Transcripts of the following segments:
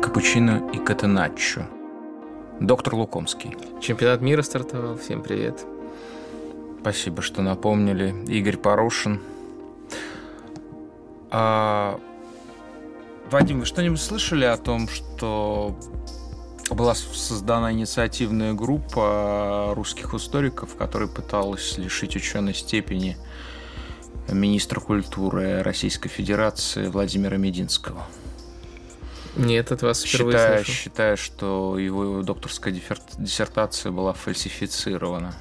капучино и катеначчо. Доктор Лукомский. Чемпионат мира стартовал. Всем привет. Спасибо, что напомнили. Игорь Порушин. Вадим, вы что-нибудь слышали о том, что была создана инициативная группа русских историков, которая пыталась лишить ученой степени министра культуры Российской Федерации Владимира Мединского? Нет, от вас впервые слышу. Считая, что его докторская диссертация была фальсифицирована.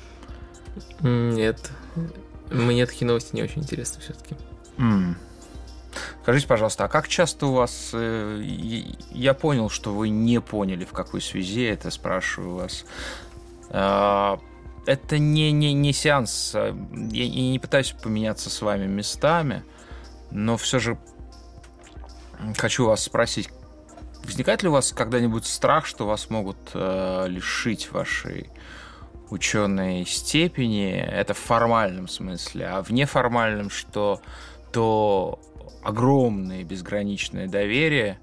Нет. Мне такие новости не очень интересны все-таки. Скажите, пожалуйста, а как часто у вас... Я понял, что вы не поняли, в какой связи я это спрашиваю вас. Это не сеанс. Я не пытаюсь поменяться с вами местами, но все же хочу вас спросить, возникает ли у вас когда-нибудь страх, что вас могут лишить вашей ученой степени? Это в формальном смысле, а в неформальном, что то огромное безграничное доверие,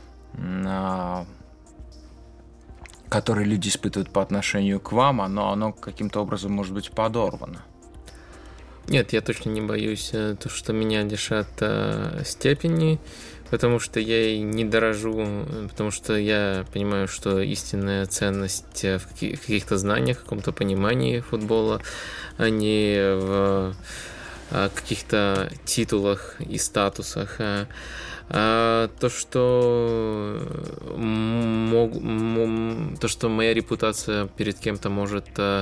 которое люди испытывают по отношению к вам, оно каким-то образом может быть подорвано? Нет, я точно не боюсь то, что меня лишат степени, потому что я ей не дорожу, потому что я понимаю, что истинная ценность в каких-то знаниях, в каком-то понимании футбола, а не в каких-то титулах и статусах. То, что моя репутация перед кем-то может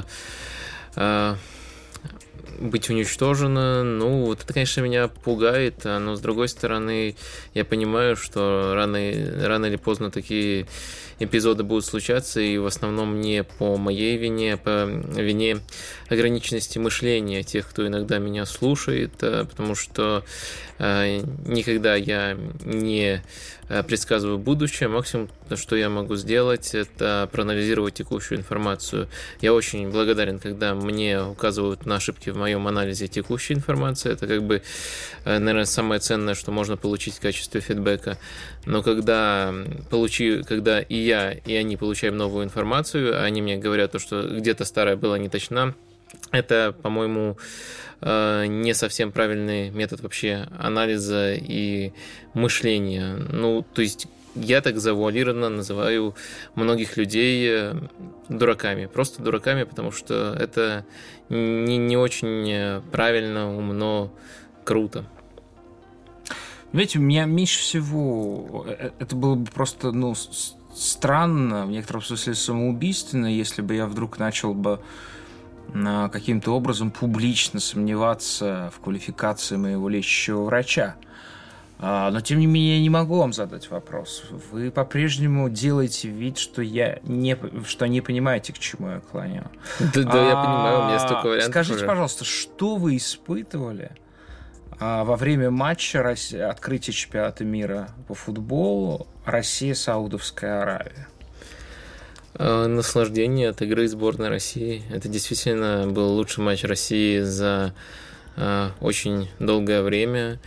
быть уничтожена, вот это, конечно, меня пугает, но с другой стороны, я понимаю, что рано или поздно такие эпизоды будут случаться, и в основном не по моей вине, а по вине ограниченности мышления тех, кто иногда меня слушает, потому что никогда я не предсказываю будущее. Максимум, что я могу сделать, это проанализировать текущую информацию. Я очень благодарен, когда мне указывают на ошибки в моем анализе текущей информации. Это наверное, самое ценное, что можно получить в качестве фидбэка. Но когда и я, и они получаем новую информацию, они мне говорят, что где-то старая была не точна, это, по-моему, не совсем правильный метод вообще анализа и мышления. То есть я так завуалированно называю многих людей дураками. Просто дураками, потому что это не очень правильно, умно, круто. Знаете, у меня меньше всего... Это было бы просто, странно, в некотором смысле самоубийственно, если бы я вдруг начал бы каким-то образом публично сомневаться в квалификации моего лечащего врача. Но, тем не менее, я не могу вам задать вопрос. Вы по-прежнему делаете вид, что не понимаете, к чему я клоню. Да, я понимаю, у меня столько вариантов. Скажите, пожалуйста, что вы испытывали во время матча открытия чемпионата мира по футболу Россия-Саудовская Аравия? Наслаждение от игры сборной России. Это действительно был лучший матч России за очень долгое время.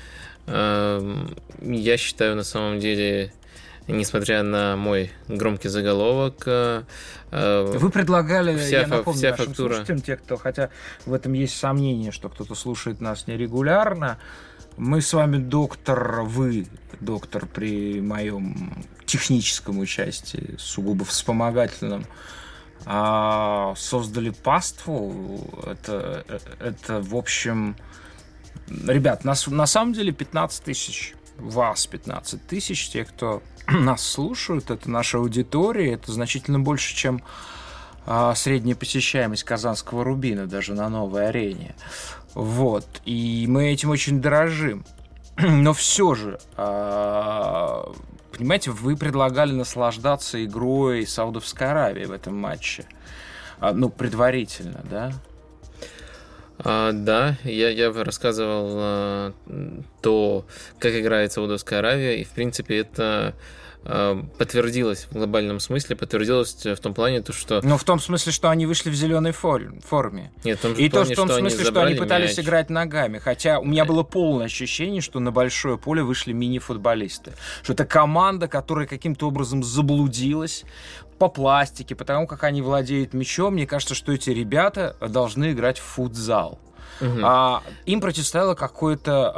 Я считаю, на самом деле, несмотря на мой громкий заголовок, вы предлагали, я напомню нашим фактура... слушателям, хотя в этом есть сомнение, что кто-то слушает нас нерегулярно, мы с вами вы доктор при моем техническом участии, сугубо вспомогательном, создали паству. Это в общем... Ребят, на самом деле 15 тысяч. Вас 15 тысяч, те, кто нас слушают, это наша аудитория, это значительно больше, чем средняя посещаемость казанского Рубина даже на новой арене. Вот. И мы этим очень дорожим. Но все же, понимаете, вы предлагали наслаждаться игрой Саудовской Аравии в этом матче. Предварительно, да? Да, я рассказывал то, как играет Саудовская Аравия, и, в принципе, это подтвердилось в глобальном смысле, подтвердилось в том плане, что... Ну, в том смысле, что они вышли в зеленой форме. Нет, в том смысле, что они пытались играть ногами. Хотя у меня было полное ощущение, что на большое поле вышли мини-футболисты. Что это команда, которая каким-то образом заблудилась по пластике, потому как они владеют мячом. Мне кажется, что эти ребята должны играть в футзал. Им противостояла какая-то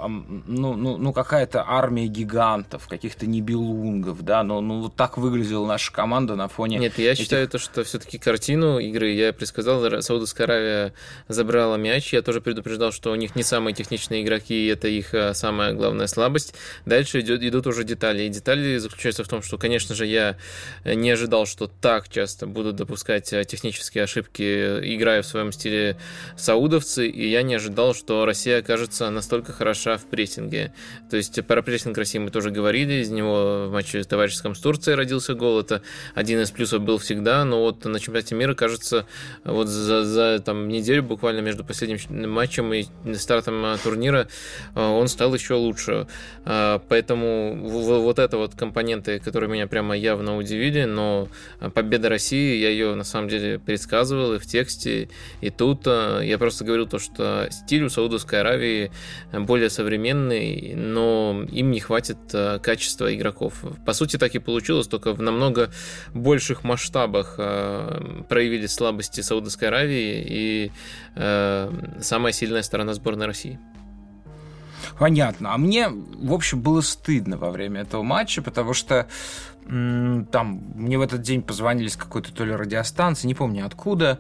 армия гигантов, каких-то нибелунгов, да, вот так выглядела наша команда на фоне... Нет, я считаю, что все-таки картину игры я предсказал, Саудовская Аравия забрала мяч, я тоже предупреждал, что у них не самые техничные игроки, и это их самая главная слабость. Дальше идут уже детали, и детали заключаются в том, что, конечно же, я не ожидал, что так часто будут допускать технические ошибки, играя в своем стиле саудовцы, и я не ожидал, что Россия окажется настолько хороша в прессинге. То есть про прессинг России мы тоже говорили, из него в матче товарищеском с Турцией родился гол, это один из плюсов был всегда, но вот на чемпионате мира, кажется, вот за неделю буквально между последним матчем и стартом турнира он стал еще лучше. Поэтому вот это вот компоненты, которые меня прямо явно удивили, но победа России, я ее на самом деле предсказывал и в тексте, и тут я просто говорил то, что стиль у Саудовской Аравии более современный, но им не хватит качества игроков. По сути, так и получилось, только в намного больших масштабах проявились слабости Саудовской Аравии и самая сильная сторона сборной России. Понятно. А мне, в общем, было стыдно во время этого матча, потому что мне в этот день позвонили с какой-то то ли радиостанции, не помню откуда,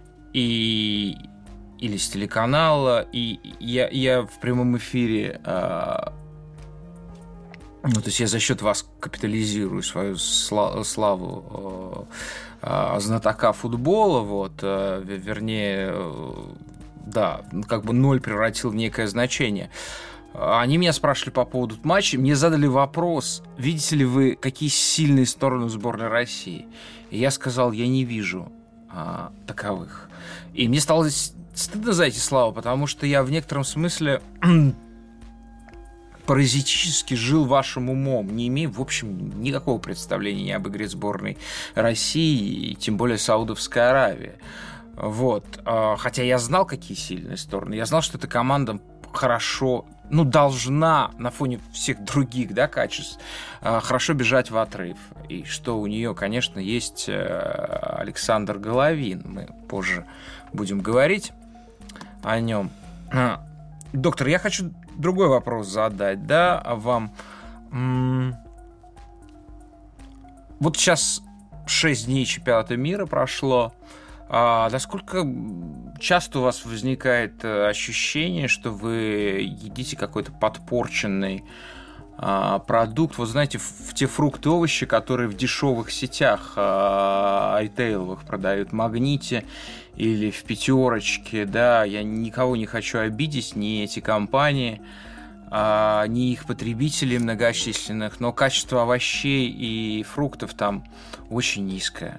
или с телеканала, и я в прямом эфире, то есть я за счет вас капитализирую свою славу знатока футбола, вернее, да, как бы ноль превратил в некое значение. Они меня спрашивали по поводу матча, мне задали вопрос, видите ли вы, какие сильные стороны сборной России? И я сказал, я не вижу таковых. И мне стало стыдно за эти слова, потому что я в некотором смысле паразитически жил вашим умом, не имея, в общем, никакого представления ни об игре сборной России, и тем более Саудовской Аравии. Хотя я знал, какие сильные стороны. Я знал, что эта команда хорошо, должна на фоне всех других, качеств хорошо бежать в отрыв. И что у нее, конечно, есть Александр Головин. Мы позже будем говорить о нем. Доктор, я хочу другой вопрос задать, вам. Вот сейчас 6 дней чемпионата мира прошло. Насколько часто у вас возникает ощущение, что вы едите какой-то подпорченный продукт? Вот знаете, в те фрукты, овощи, которые в дешевых сетях ритейловых продают, в Магните или в Пятерочке, я никого не хочу обидеть, ни эти компании, ни их потребителей многочисленных, но качество овощей и фруктов там очень низкое.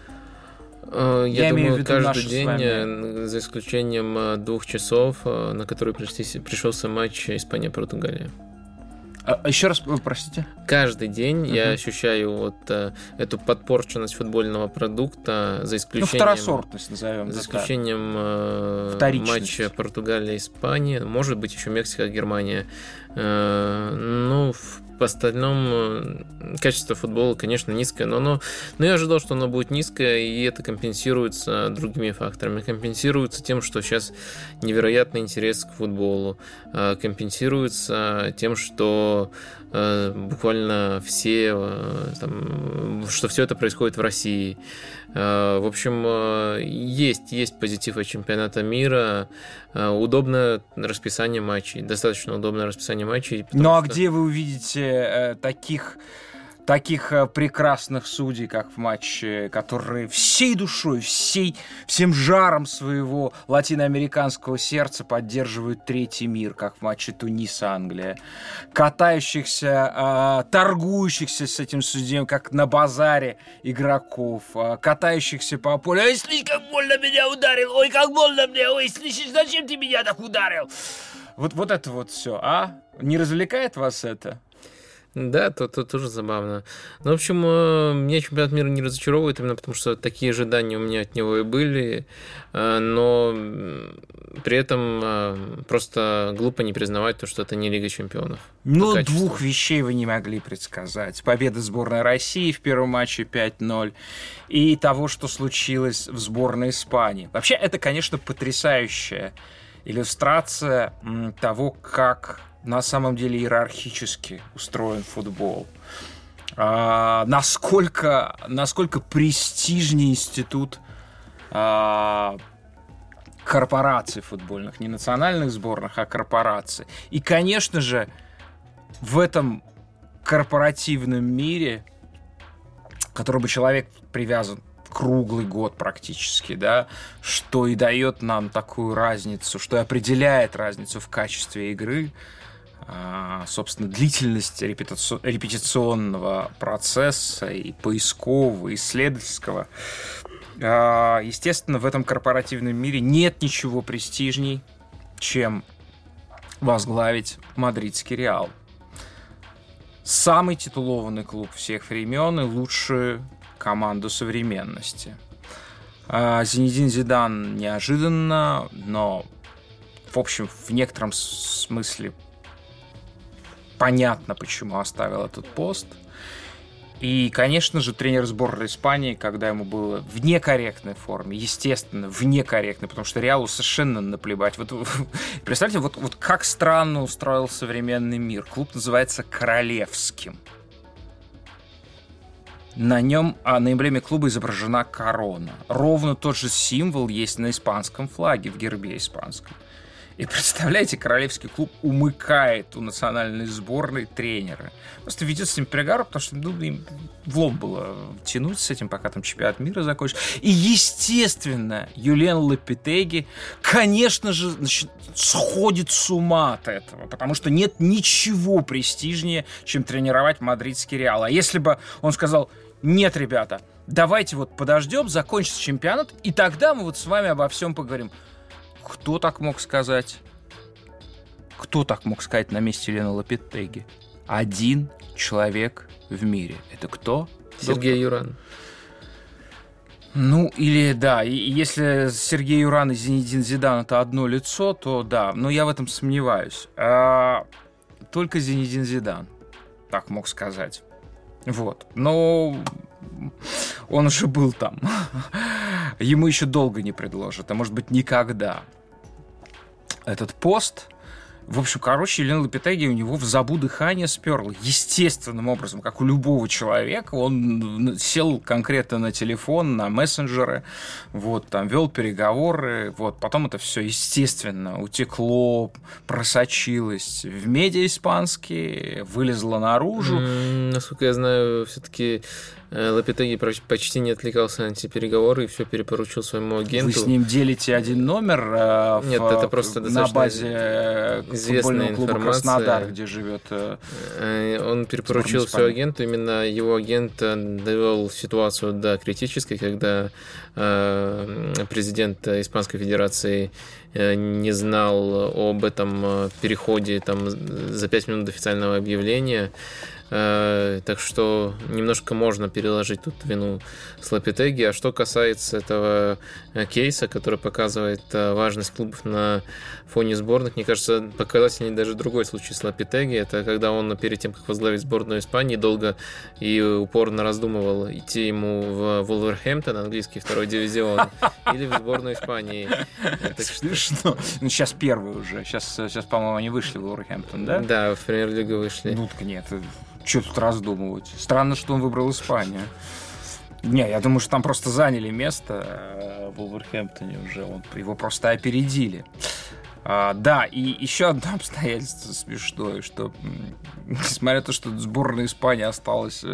Я думаю, каждый день, за исключением 2 часов, на которые пришелся матч Испания-Португалия. Еще раз, простите? Каждый день я ощущаю эту подпорченность футбольного продукта, за исключением... второсортность, назовем. За исключением матча Португалия-Испания, может быть, еще Мексика-Германия. В остальном качество футбола, конечно, низкое, но я ожидал, что оно будет низкое, и это компенсируется другими факторами. Компенсируется тем, что сейчас невероятный интерес к футболу, компенсируется тем, что буквально что все это происходит в России. В общем, есть позитив от чемпионата мира, удобное расписание матчей, достаточно удобное расписание матчей. Где вы увидите таких прекрасных судей, как в матче, которые всей душой, всем жаром своего латиноамериканского сердца поддерживают третий мир, как в матче Тунис-Англия, катающихся, торгующихся с этим судьем, как на базаре игроков, катающихся по полю. Ой, слишком больно меня ударил, ой, как больно мне, ой, слышишь, зачем ты меня так ударил? Вот это вот все, Не развлекает вас это? Да, то тоже забавно. Ну, в общем, меня чемпионат мира не разочаровывает, именно потому что такие ожидания у меня от него и были, но при этом просто глупо не признавать то, что это не Лига чемпионов. Ну, двух вещей вы не могли предсказать. Победа сборной России в первом матче 5-0 и того, что случилось в сборной Испании. Вообще, это, конечно, потрясающая иллюстрация того, как на самом деле иерархически устроен футбол. Насколько престижный институт корпораций футбольных, не национальных сборных, а корпораций. И, конечно же, в этом корпоративном мире, к которому человек привязан круглый год практически, да, что и дает нам такую разницу, что и определяет разницу в качестве игры, собственно, длительность репетиционного процесса и поискового, и исследовательского. Естественно, в этом корпоративном мире нет ничего престижней, чем возглавить мадридский Реал. Самый титулованный клуб всех времен и лучшую команду современности. Зинедин Зидан неожиданно, но, в общем, в некотором смысле понятно, почему оставил этот пост. И, конечно же, тренер сборной Испании, когда ему было в некорректной форме, естественно, в некорректной, потому что Реалу совершенно наплевать. Вот, представьте, вот как странно устроил современный мир. Клуб называется Королевским. На нем, на эмблеме клуба изображена корона. Ровно тот же символ есть на испанском флаге, в гербе испанском. И представляете, королевский клуб умыкает у национальной сборной тренера. Просто ведет с ним переговоры, потому что им влом было тянуть с этим, пока там чемпионат мира закончится. И, естественно, Юлиан Лопетеги, конечно же, сходит с ума от этого, потому что нет ничего престижнее, чем тренировать мадридский Реал. А если бы он сказал: нет, ребята, давайте вот подождем, закончится чемпионат, и тогда мы вот с вами обо всем поговорим. Кто так мог сказать? Кто так мог сказать на месте Юлиана Лопетеги? Один человек в мире. Это кто? Сергей Юран. Ну, или да, и если Сергей Юран и Зинедин Зидан это одно лицо, то да, но я в этом сомневаюсь. Только Зинедин Зидан так мог сказать. Вот. Но он уже был там. Ему еще долго не предложат, а может быть никогда. Этот пост, в общем, Юлиан Лопетеги, у него в забу дыхание сперло. Естественным образом, как у любого человека, он сел конкретно на телефон, на мессенджеры, вот, там, вел переговоры, вот, потом это все, естественно, утекло, просочилось в медиа испанские, вылезло наружу. Насколько я знаю, все-таки Лопетеги почти не отвлекался на эти переговоры и все перепоручил своему агенту. Вы с ним делите один номер? Нет, это просто на базе футбольного клуба Краснодар, где живет. Он перепоручил все агенту. Именно его агент довел ситуацию до критической, когда президент Испанской Федерации не знал об этом переходе там, за 5 минут до официального объявления. Так что немножко можно переложить тут вину с Лопетеги. А что касается этого кейса, который показывает важность клубов на фоне сборных, мне кажется, показательнее даже другой случай с Лопетеги. Это когда он перед тем, как возглавить сборную Испании, долго и упорно раздумывал, идти ему в Вулверхэмптон, английский второй дивизион, или в сборную Испании. Смешно. Ну, сейчас первый уже. Сейчас, по-моему, они вышли в Вулверхэмптон, да? Да, в премьер-лигу вышли. Ну, так нет. Что тут раздумывать? Странно, что он выбрал Испанию. Не, я думаю, что там просто заняли место в Вулверхэмптоне уже. Его просто опередили. Да, и еще одно обстоятельство смешное, что несмотря на то, что сборная Испании осталась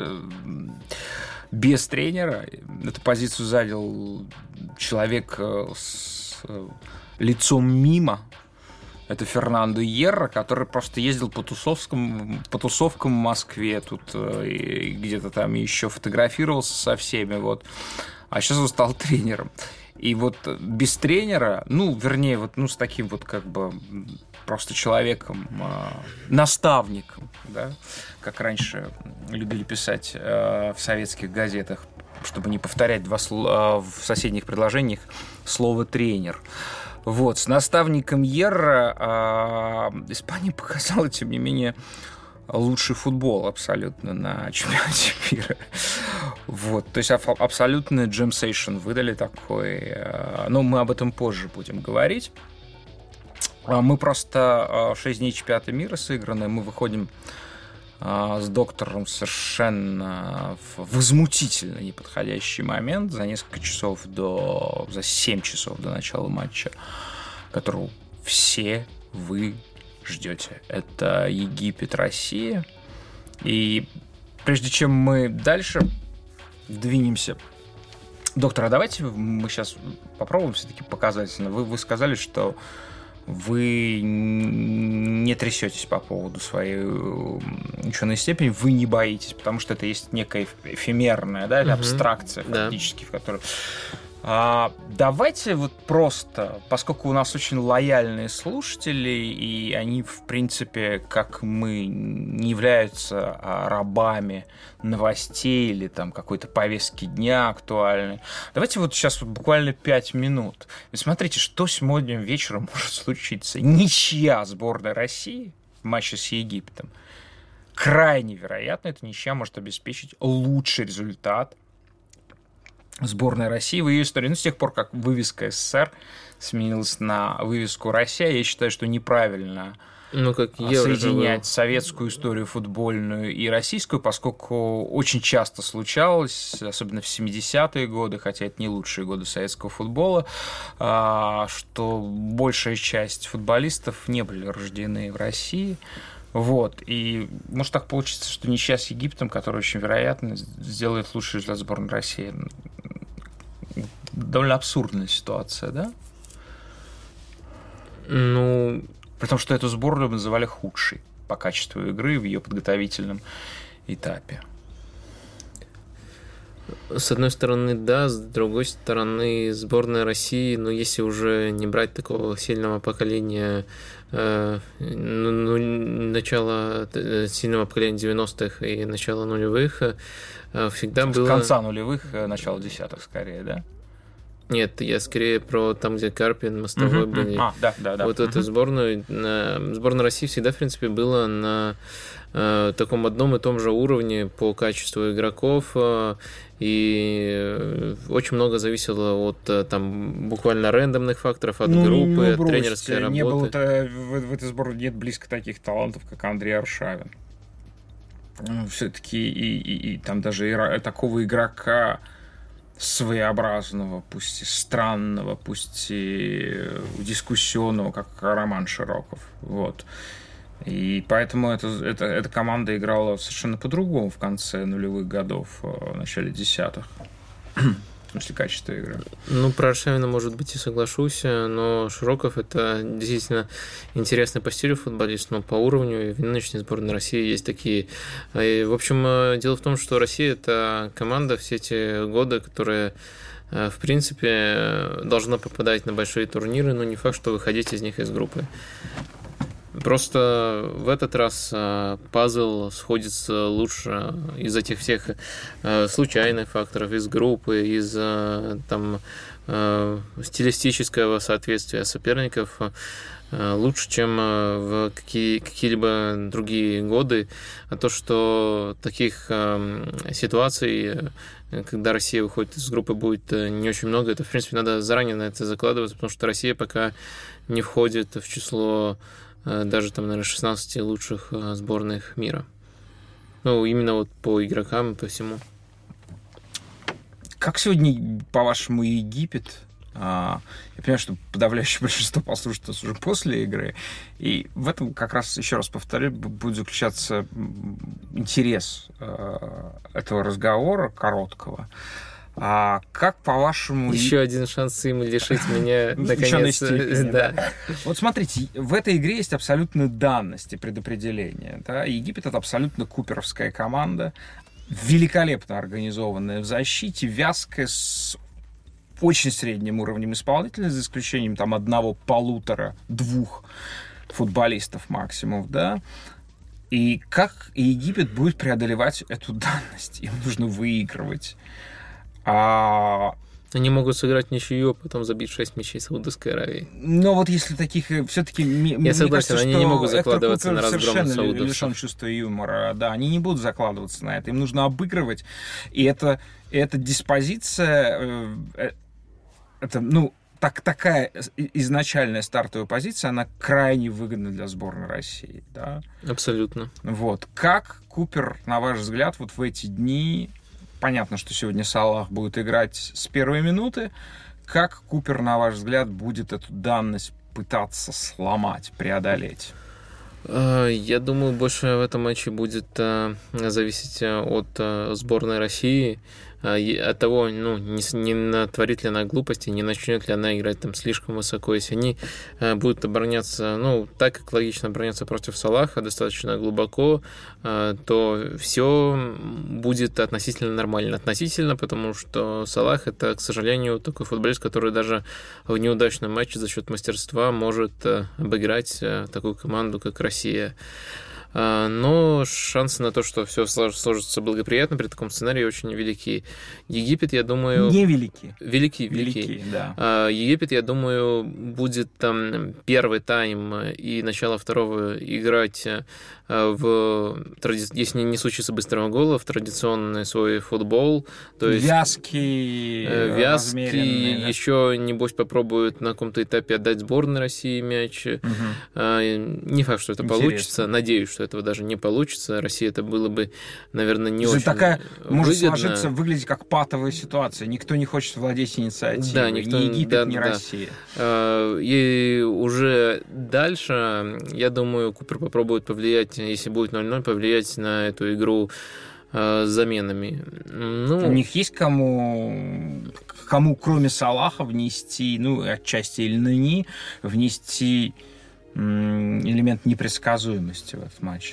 без тренера, эту позицию занял человек с лицом мима. Это Фернандо Йерра, который просто ездил по тусовкам в Москве, тут и где-то там еще фотографировался со всеми, вот. А сейчас он стал тренером. И вот без тренера, вернее, с таким вот как бы просто человеком, наставником, да, как раньше любили писать в советских газетах, чтобы не повторять в соседних предложениях слово «тренер». Вот, с наставником Йерра Испания показала, тем не менее, лучший футбол абсолютно на чемпионате мира. Вот, то есть абсолютно джемсейшн выдали такой. Но мы об этом позже будем говорить. Мы просто 6 дней чемпионата мира сыграны, мы выходим с доктором совершенно в возмутительно неподходящий момент за 7 часов до начала матча, которого все вы ждете. Это Египет-Россия. И прежде чем мы дальше двинемся, доктор, а давайте мы сейчас попробуем все-таки показательно. Вы сказали, что вы не трясетесь по поводу своей ученой степени, вы не боитесь, потому что это есть некая эфемерная, да, это абстракция фактически, в которой... Давайте вот просто, поскольку у нас очень лояльные слушатели, и они, в принципе, как мы, не являются рабами новостей или там какой-то повестки дня актуальной, давайте вот сейчас вот буквально 5 минут. И смотрите, что сегодня вечером может случиться. Ничья сборной России в матче с Египтом. Крайне вероятно, эта ничья может обеспечить лучший результат сборной России в ее истории. С тех пор, как вывеска СССР сменилась на вывеску Россия, я считаю, что неправильно соединять советскую историю футбольную и российскую, поскольку очень часто случалось, особенно в 70-е годы, хотя это не лучшие годы советского футбола, что большая часть футболистов не были рождены в России. Вот. И может так получится, что ничья с Египтом, который очень вероятно сделает лучший результат сборной России. Довольно абсурдная ситуация, да? При том, что эту сборную называли худшей по качеству игры в ее подготовительном этапе. С одной стороны, да, с другой стороны, сборная России, если уже не брать такого сильного поколения, начала сильного поколения 90-х и начала нулевых, всегда было... С конца нулевых, начала десятых, скорее, да? Нет, я скорее про там, где Карпин, Мостовой были. Да. Вот эту сборную. Сборная России всегда, в принципе, была на таком одном и том же уровне по качеству игроков, и очень много зависело от там буквально рандомных факторов, от группы, от тренерской работы. Не было в этой сборной нет близко таких талантов, как Андрей Аршавин. Все-таки и там даже такого игрока своеобразного, пусть и странного, пусть и дискуссионного, как Роман Широков. Вот. И поэтому эта команда играла совершенно по-другому в конце нулевых годов, в начале десятых. В смысле, качество игры. Про Аршавина, может быть, и соглашусь, но Широков — это действительно интересный по стилю футболист, но по уровню и в нынешней сборной России есть такие. И, в общем, дело в том, что Россия — это команда все эти годы, которая, в принципе, должна попадать на большие турниры, но не факт, что выходить из них из группы. Просто в этот раз пазл сходится лучше из этих всех случайных факторов, из группы, из там стилистического соответствия соперников лучше, чем в какие-либо другие годы. А то, что таких ситуаций, когда Россия выходит из группы, будет не очень много, это, в принципе, надо заранее на это закладываться, потому что Россия пока не входит в число даже там, наверное, 16 лучших сборных мира. Именно вот по игрокам и по всему. Как сегодня, по-вашему, Египет? Я понимаю, что подавляющее большинство послушает нас уже после игры. И в этом, как раз, еще раз повторю, будет заключаться интерес этого разговора короткого. Как, по-вашему... Еще один шанс им лишить меня, наконец. Да. Вот смотрите, в этой игре есть абсолютно данность и предопределение. Да? Египет — это абсолютно куперовская команда, великолепно организованная в защите, вязкая, с очень средним уровнем исполнителя, за исключением там 1, 1,5, 2 футболистов максимум, да. И как Египет будет преодолевать эту данность? Им нужно выигрывать. Они могут сыграть ничью, потом забить 6 мячей Саудовской Аравии. Но вот если таких все-таки... Я согласен, они не могут закладываться на разгром саудовцев. Совершенно лишен чувства юмора. Да, они не будут закладываться на это. Им нужно обыгрывать. И эта диспозиция... Такая изначальная стартовая позиция, она крайне выгодна для сборной России. Да? Абсолютно. Вот. Как Купер, на ваш взгляд, вот в эти дни... Понятно, что сегодня Салах будет играть с первой минуты. Как Купер, на ваш взгляд, будет эту данность пытаться сломать, преодолеть? Я думаю, больше в этом матче будет зависеть от сборной России, от того, не натворит ли она глупости, не начнет ли она играть там слишком высоко. Если они будут обороняться, так как логично обороняться против Салаха достаточно глубоко, то все будет относительно нормально. Относительно, потому что Салах — это, к сожалению, такой футболист, который даже в неудачном матче за счет мастерства может обыграть такую команду, как Россия. Но шансы на то, что все сложится благоприятно при таком сценарии, очень велики. Египет, я думаю... Невелики. Велики, да. Египет, я думаю, будет там первый тайм и начало второго играть если не случится быстрого гола, в традиционный свой футбол. То есть вязкий, еще, небось, попробуют на каком-то этапе отдать сборной России мяч. Не факт, что это получится. Надеюсь, что этого даже не получится. Россия это было бы, наверное, не очень такая выгодно. Может сложиться, выглядеть как патовая ситуация. Никто не хочет владеть инициативой. Да, никто, ни Египет, ни Россия. И уже дальше, я думаю, Купер попробует повлиять, если будет 0-0, повлиять на эту игру с заменами. У них есть кому кроме Салаха внести, отчасти Эль-Нани, внести элемент непредсказуемости в этот матч?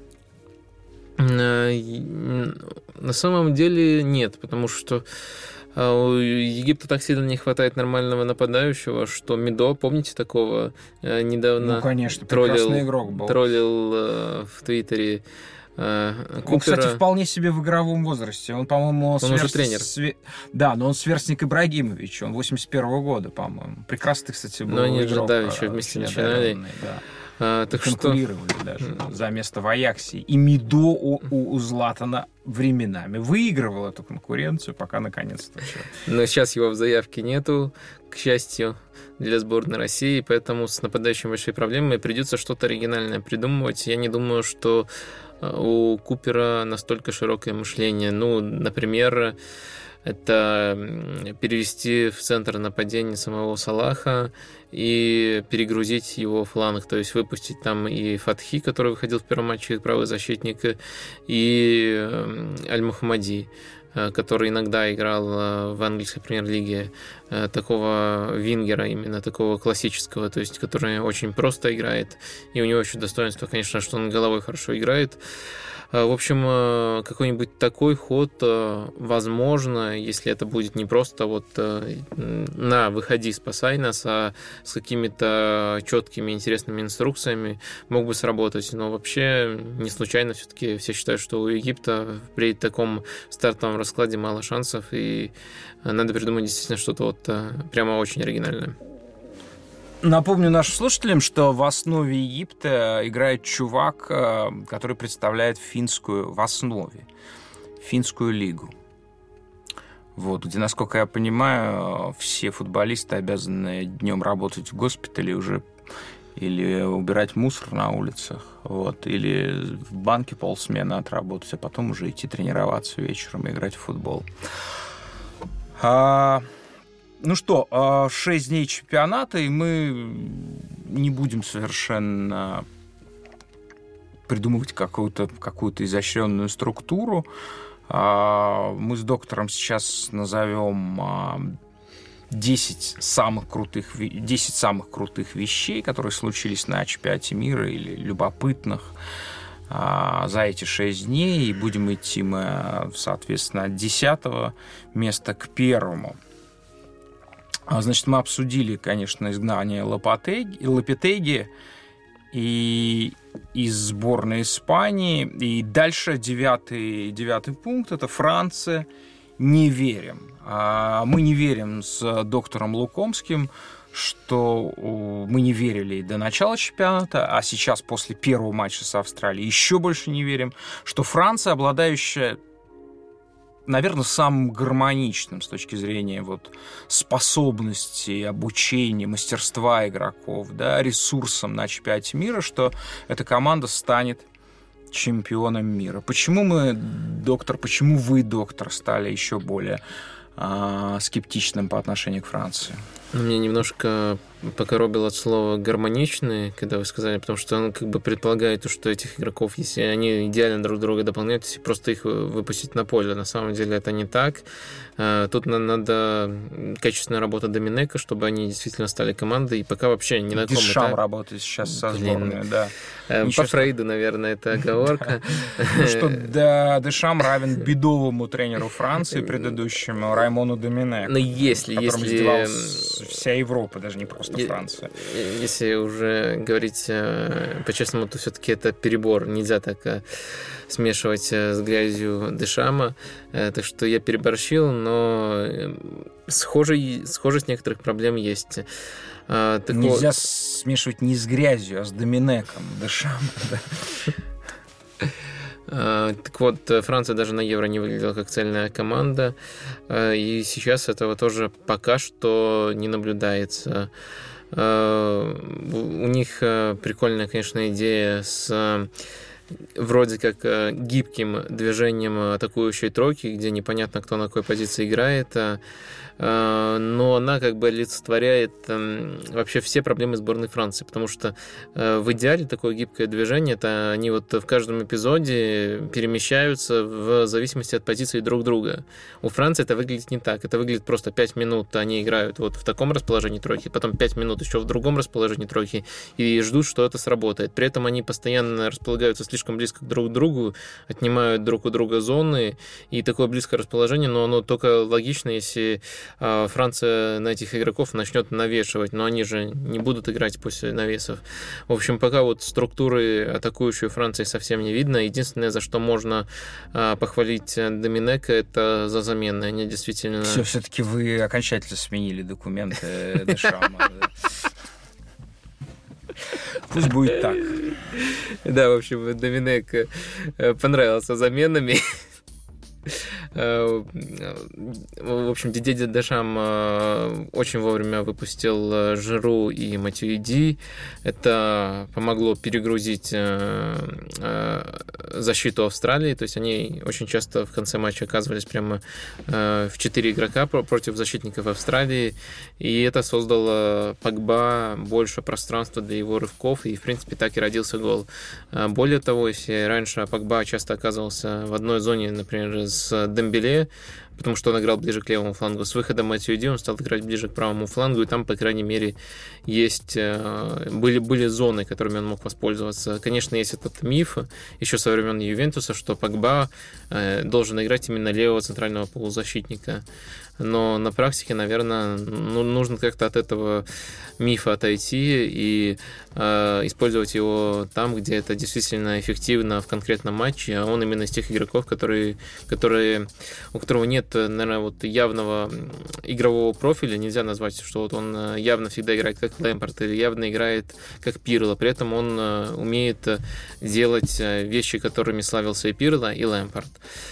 На самом деле нет, потому что у Египта так сильно не хватает нормального нападающего, что Мидо, помните такого, недавно конечно, прекрасный игрок был. Троллил в Твиттере Купера. Он, кстати, вполне себе в игровом возрасте. Он, по-моему, уже тренер. Да, но он сверстник Ибрагимовича. Он 81-го года, по-моему. Прекрасный, кстати, был игрок. Но они же, еще вместе начинали. Да. Так конкурировали даже за место в Аяксе. И Мидо у Златана временами выигрывал эту конкуренцию, пока наконец-то... Но сейчас его в заявке нету, к счастью, для сборной России, поэтому с нападающим большие проблемы, и придется что-то оригинальное придумывать. Я не думаю, что у Купера настолько широкое мышление. Например, это перевести в центр нападения самого Салаха и перегрузить его фланг, то есть выпустить там и Фатхи, который выходил в первом матче как правый защитник, и Аль-Мухамади, который иногда играл в английской премьер-лиге, такого вингера, именно такого классического, то есть который очень просто играет, и у него еще достоинство, конечно, что он головой хорошо играет. В общем, какой-нибудь такой ход, возможно, если это будет не просто выходи, спасай нас, а с какими-то четкими, интересными инструкциями, мог бы сработать. Но вообще не случайно все-таки все считают, что у Египта при таком стартовом раскладе мало шансов, и надо придумать действительно что-то прямо очень оригинальное. Напомню нашим слушателям, что в основе Египта играет чувак, который представляет финскую лигу. Где, насколько я понимаю, все футболисты обязаны днем работать в госпитале уже или убирать мусор на улицах, или в банке полсмены отработать, а потом уже идти тренироваться вечером и играть в футбол. 6 дней чемпионата, и мы не будем совершенно придумывать какую-то изощренную структуру. Мы с доктором сейчас назовем 10 самых крутых вещей, которые случились на чемпионате мира или любопытных за эти 6 дней, и будем идти мы, соответственно, от 10 места к 1. Значит, мы обсудили, конечно, изгнание Лопетеги и из сборной Испании. И дальше девятый пункт – это Франция. Не верим. Мы не верим с доктором Лукомским, что мы не верили до начала чемпионата, а сейчас после первого матча с Австралией еще больше не верим, что Франция, обладающая, наверное, самым гармоничным с точки зрения вот способностей, обучения, мастерства игроков, да, ресурсом на чемпионате мира, что эта команда станет чемпионом мира. Почему вы, доктор, стали еще более скептичным по отношению к Франции? Мне немножко покоробило от слова «гармоничные», когда вы сказали, потому что он как бы предполагает, что этих игроков, если они идеально друг друга дополняют, если просто их выпустить на поле. На самом деле это не так. Тут надо качественная работа Доминека, чтобы они действительно стали командой, и пока вообще ни на каком этапе. Дешам работает сейчас со сборной, да. По Фрейду, наверное, это оговорка. Что Дешам равен бедовому тренеру Франции предыдущему, Раймону Доминеку. Но если вся Европа, даже не просто Франция. Если уже говорить по-честному, то все-таки это перебор. Нельзя так смешивать с грязью Дешама. Так что я переборщил, но схожесть некоторых проблем есть. Нельзя смешивать не с грязью, а с Доминеком Дешама. Так вот, Франция даже на Евро не выглядела как цельная команда, и сейчас этого тоже пока что не наблюдается. У них прикольная, конечно, идея с вроде как гибким движением атакующей тройки, где непонятно, кто на какой позиции играет, но она как бы олицетворяет вообще все проблемы сборной Франции, потому что в идеале такое гибкое движение, это они вот в каждом эпизоде перемещаются в зависимости от позиции друг друга. У Франции это выглядит не так, это выглядит просто 5 минут они играют вот в таком расположении тройки, потом 5 минут еще в другом расположении тройки и ждут, что это сработает. При этом они постоянно располагаются слишком близко друг к другу, отнимают друг у друга зоны, и такое близкое расположение, но оно только логично, если Франция на этих игроков начнет навешивать, но они же не будут играть после навесов. В общем, пока вот структуры атакующей Франции совсем не видно. Единственное, за что можно похвалить Доминека, это за замены. Они действительно... Все-таки вы окончательно сменили документы Дешама. Пусть будет так. Да, в общем, Доминек понравился заменами. В общем, Дидье Дешам очень вовремя выпустил Жиру и Матюиди. Это помогло перегрузить защиту Австралии. То есть они очень часто в конце матча оказывались прямо в 4 игрока против защитников Австралии. И это создало Погба больше пространства для его рывков. И, в принципе, так и родился гол. Более того, если раньше Погба часто оказывался в одной зоне, например, с Дембеле, потому что он играл ближе к левому флангу. С выходом Матюиди он стал играть ближе к правому флангу, и там, по крайней мере, были зоны, которыми он мог воспользоваться. Конечно, есть этот миф еще со времен Ювентуса, что Погба должен играть именно левого центрального полузащитника. Но на практике, наверное, нужно как-то от этого мифа отойти и использовать его там, где это действительно эффективно в конкретном матче, а он именно из тех игроков, у которого нет, наверное, вот явного игрового профиля. Нельзя назвать, что вот он явно всегда играет как Лэмпард или явно играет как Пирло. При этом он умеет делать вещи, которыми славился и Пирло, и Лэмпард.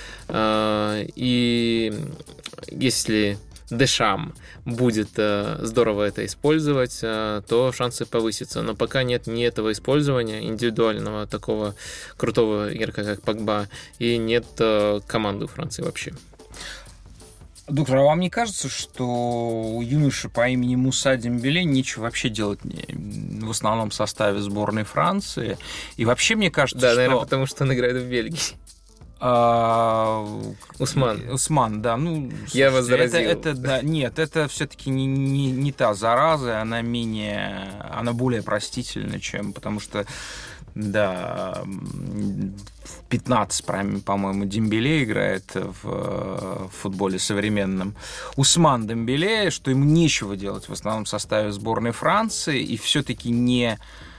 И если Дешам будет здорово это использовать, то шансы повысятся. Но пока нет ни этого использования индивидуального такого крутого игрока, как Погба, и нет команды у Франции вообще. Доктор, а вам не кажется, что у юноши по имени Муса Дембеле нечего вообще делать в основном составе сборной Франции? И вообще мне кажется, да, наверное, потому что он играет в Бельгии. Усман, да. Я вас заразил. Нет, это все-таки не та зараза, она более простительна, чем... Потому что Да, 15, по-моему, Дембеле играет в футболе современном. Усман Дембеле, что ему нечего делать в основном составе сборной Франции, и все-таки не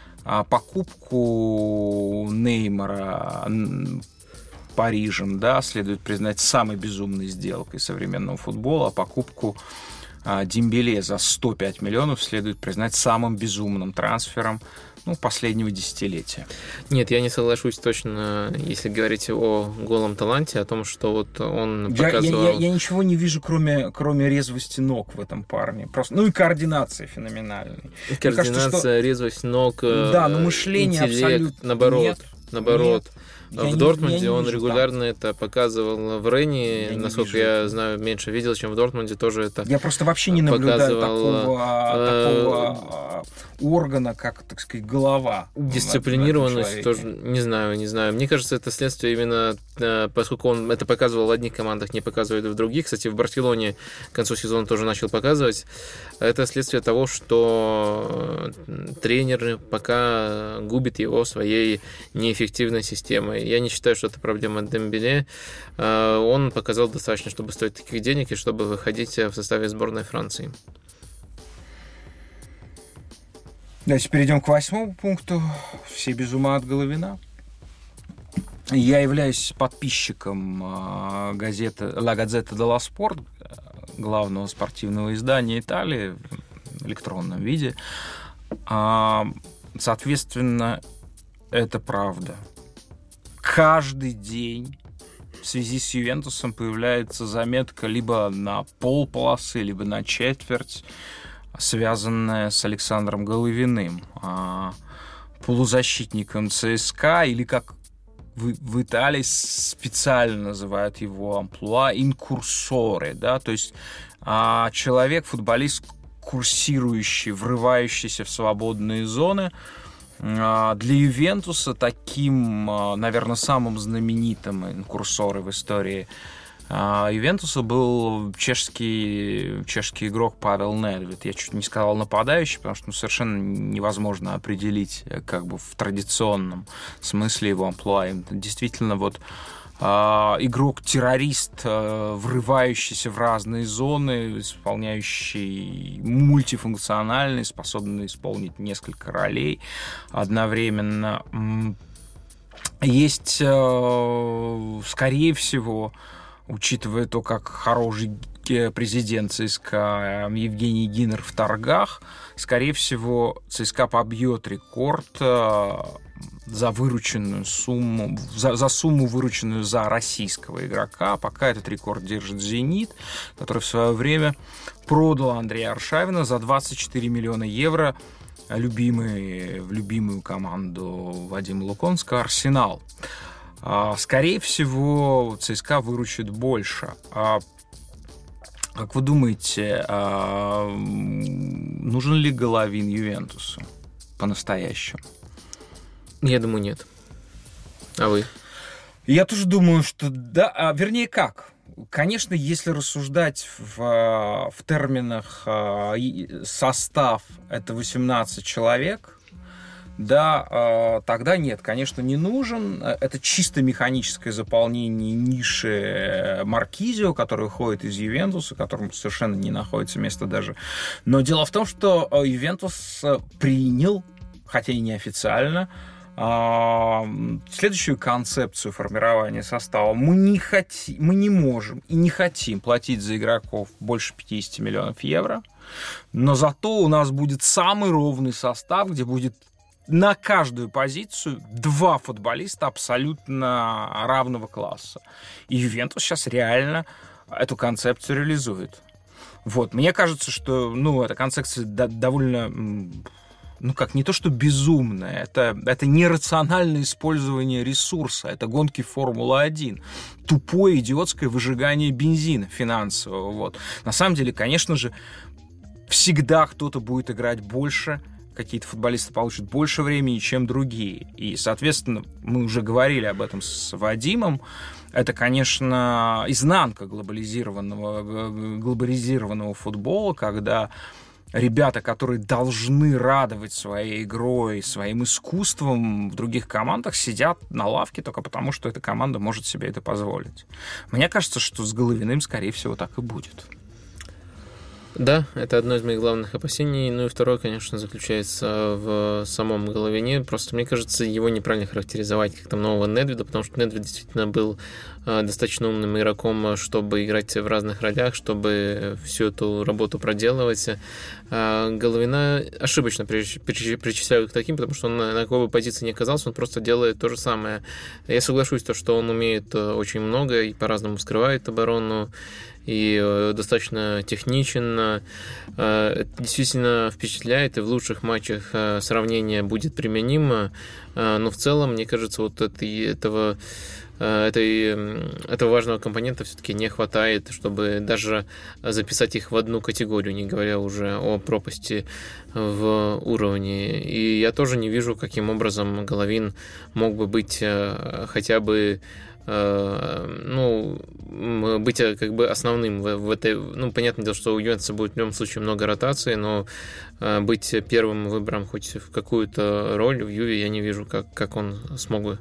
покупку Неймара Парижем, да, следует признать самой безумной сделкой современного футбола, а покупку Дембеле за 105 миллионов следует признать самым безумным трансфером последнего десятилетия. Нет, я не соглашусь точно, если говорить о голом таланте, о том, что вот он показывал... Я ничего не вижу, кроме резвости ног в этом парне. Просто, и координации феноменальной. Координация, резвость ног, да, но мышление абсолютно... Наоборот. В Дортмунде он вижу, регулярно это показывал. В Ренне, насколько я знаю, меньше видел, чем в Дортмунде тоже это. Я просто вообще не наблюдаю такого органа, как, так сказать, голова. Дисциплинированность тоже не знаю. Мне кажется, это следствие именно, поскольку он это показывал в одних командах, не показывает в других. Кстати, в Барселоне к концу сезона тоже начал показывать. Это следствие того, что тренер пока губит его своей неэффективной системой. Я не считаю, что это проблема Дембеле. Он показал достаточно, чтобы стоить таких денег и чтобы выходить в составе сборной Франции. Давайте перейдем к 8 пункту. Все без ума от Головина. Я являюсь подписчиком газеты «La Gazzetta dello Sport», главного спортивного издания Италии в электронном виде. Соответственно, это правда. Каждый день в связи с Ювентусом появляется заметка либо на полполосы, либо на четверть, связанная с Александром Головиным, полузащитником ЦСКА, или как в Италии специально называют его амплуа, инкурсоре, да, то есть человек, футболист, курсирующий, врывающийся в свободные зоны. Для Ювентуса таким, наверное, самым знаменитым инкурсором в истории Ювентуса был чешский игрок Павел Недвед. Я чуть не сказал нападающий, потому что совершенно невозможно определить как бы в традиционном смысле его амплуа. Действительно, вот игрок-террорист, врывающийся в разные зоны, исполняющий мультифункциональный, способный исполнить несколько ролей одновременно. Есть, скорее всего, учитывая то, как хороший президент ЦСКА Евгений Гиннер в торгах, скорее всего, ЦСКА побьет рекорд за вырученную сумму, за сумму, вырученную за российского игрока. Пока этот рекорд держит «Зенит», который в свое время продал Андрея Аршавина за 24 миллиона евро в любимую команду Вадима Луконского «Арсенал». Скорее всего, ЦСКА выручит больше. Как вы думаете, нужен ли Головин Ювентусу по-настоящему? Я думаю, нет. А вы? Я тоже думаю, что да. Вернее, как? Конечно, если рассуждать в терминах состав — это 18 человек, да, тогда нет, конечно, не нужен. Это чисто механическое заполнение ниши Маркизио, который уходит из Ювентуса, которому совершенно не находится места даже. Но дело в том, что Ювентус принял, хотя и неофициально, следующую концепцию формирования состава. Мы не можем и не хотим платить за игроков больше 50 миллионов евро, но зато у нас будет самый ровный состав, где будет на каждую позицию 2 футболиста абсолютно равного класса. И Ювентус сейчас реально эту концепцию реализует. Вот. Мне кажется, что эта концепция довольно... не то что безумное, это нерациональное использование ресурса, это гонки Формулы-1, тупое идиотское выжигание бензина финансового. Вот. На самом деле, конечно же, всегда кто-то будет играть больше, какие-то футболисты получат больше времени, чем другие. И, соответственно, мы уже говорили об этом с Вадимом, это, конечно, изнанка глобализированного футбола, когда ребята, которые должны радовать своей игрой, своим искусством в других командах, сидят на лавке только потому, что эта команда может себе это позволить. Мне кажется, что с Головиным, скорее всего, так и будет. Да, это одно из моих главных опасений. Ну и второе, конечно, заключается в самом Головине. Просто, мне кажется, его неправильно характеризовать как там нового Недведа, потому что Недвед действительно был достаточно умным игроком, чтобы играть в разных ролях, чтобы всю эту работу проделывать. Головина ошибочно причисляют к таким, потому что он на какой бы позиции ни оказался, он просто делает то же самое. Я соглашусь, что он умеет очень много и по-разному скрывает оборону, и достаточно техничен. Это действительно впечатляет, и в лучших матчах сравнение будет применимо, но в целом, мне кажется, вот этого важного компонента все-таки не хватает, чтобы даже записать их в одну категорию, не говоря уже о пропасти в уровне. И я тоже не вижу, каким образом Головин мог бы быть хотя бы быть как бы основным в этой... Ну, понятное дело, что у Ювентуса будет в любом случае много ротации, но быть первым выбором хоть в какую-то роль в Юве я не вижу, как он смог бы.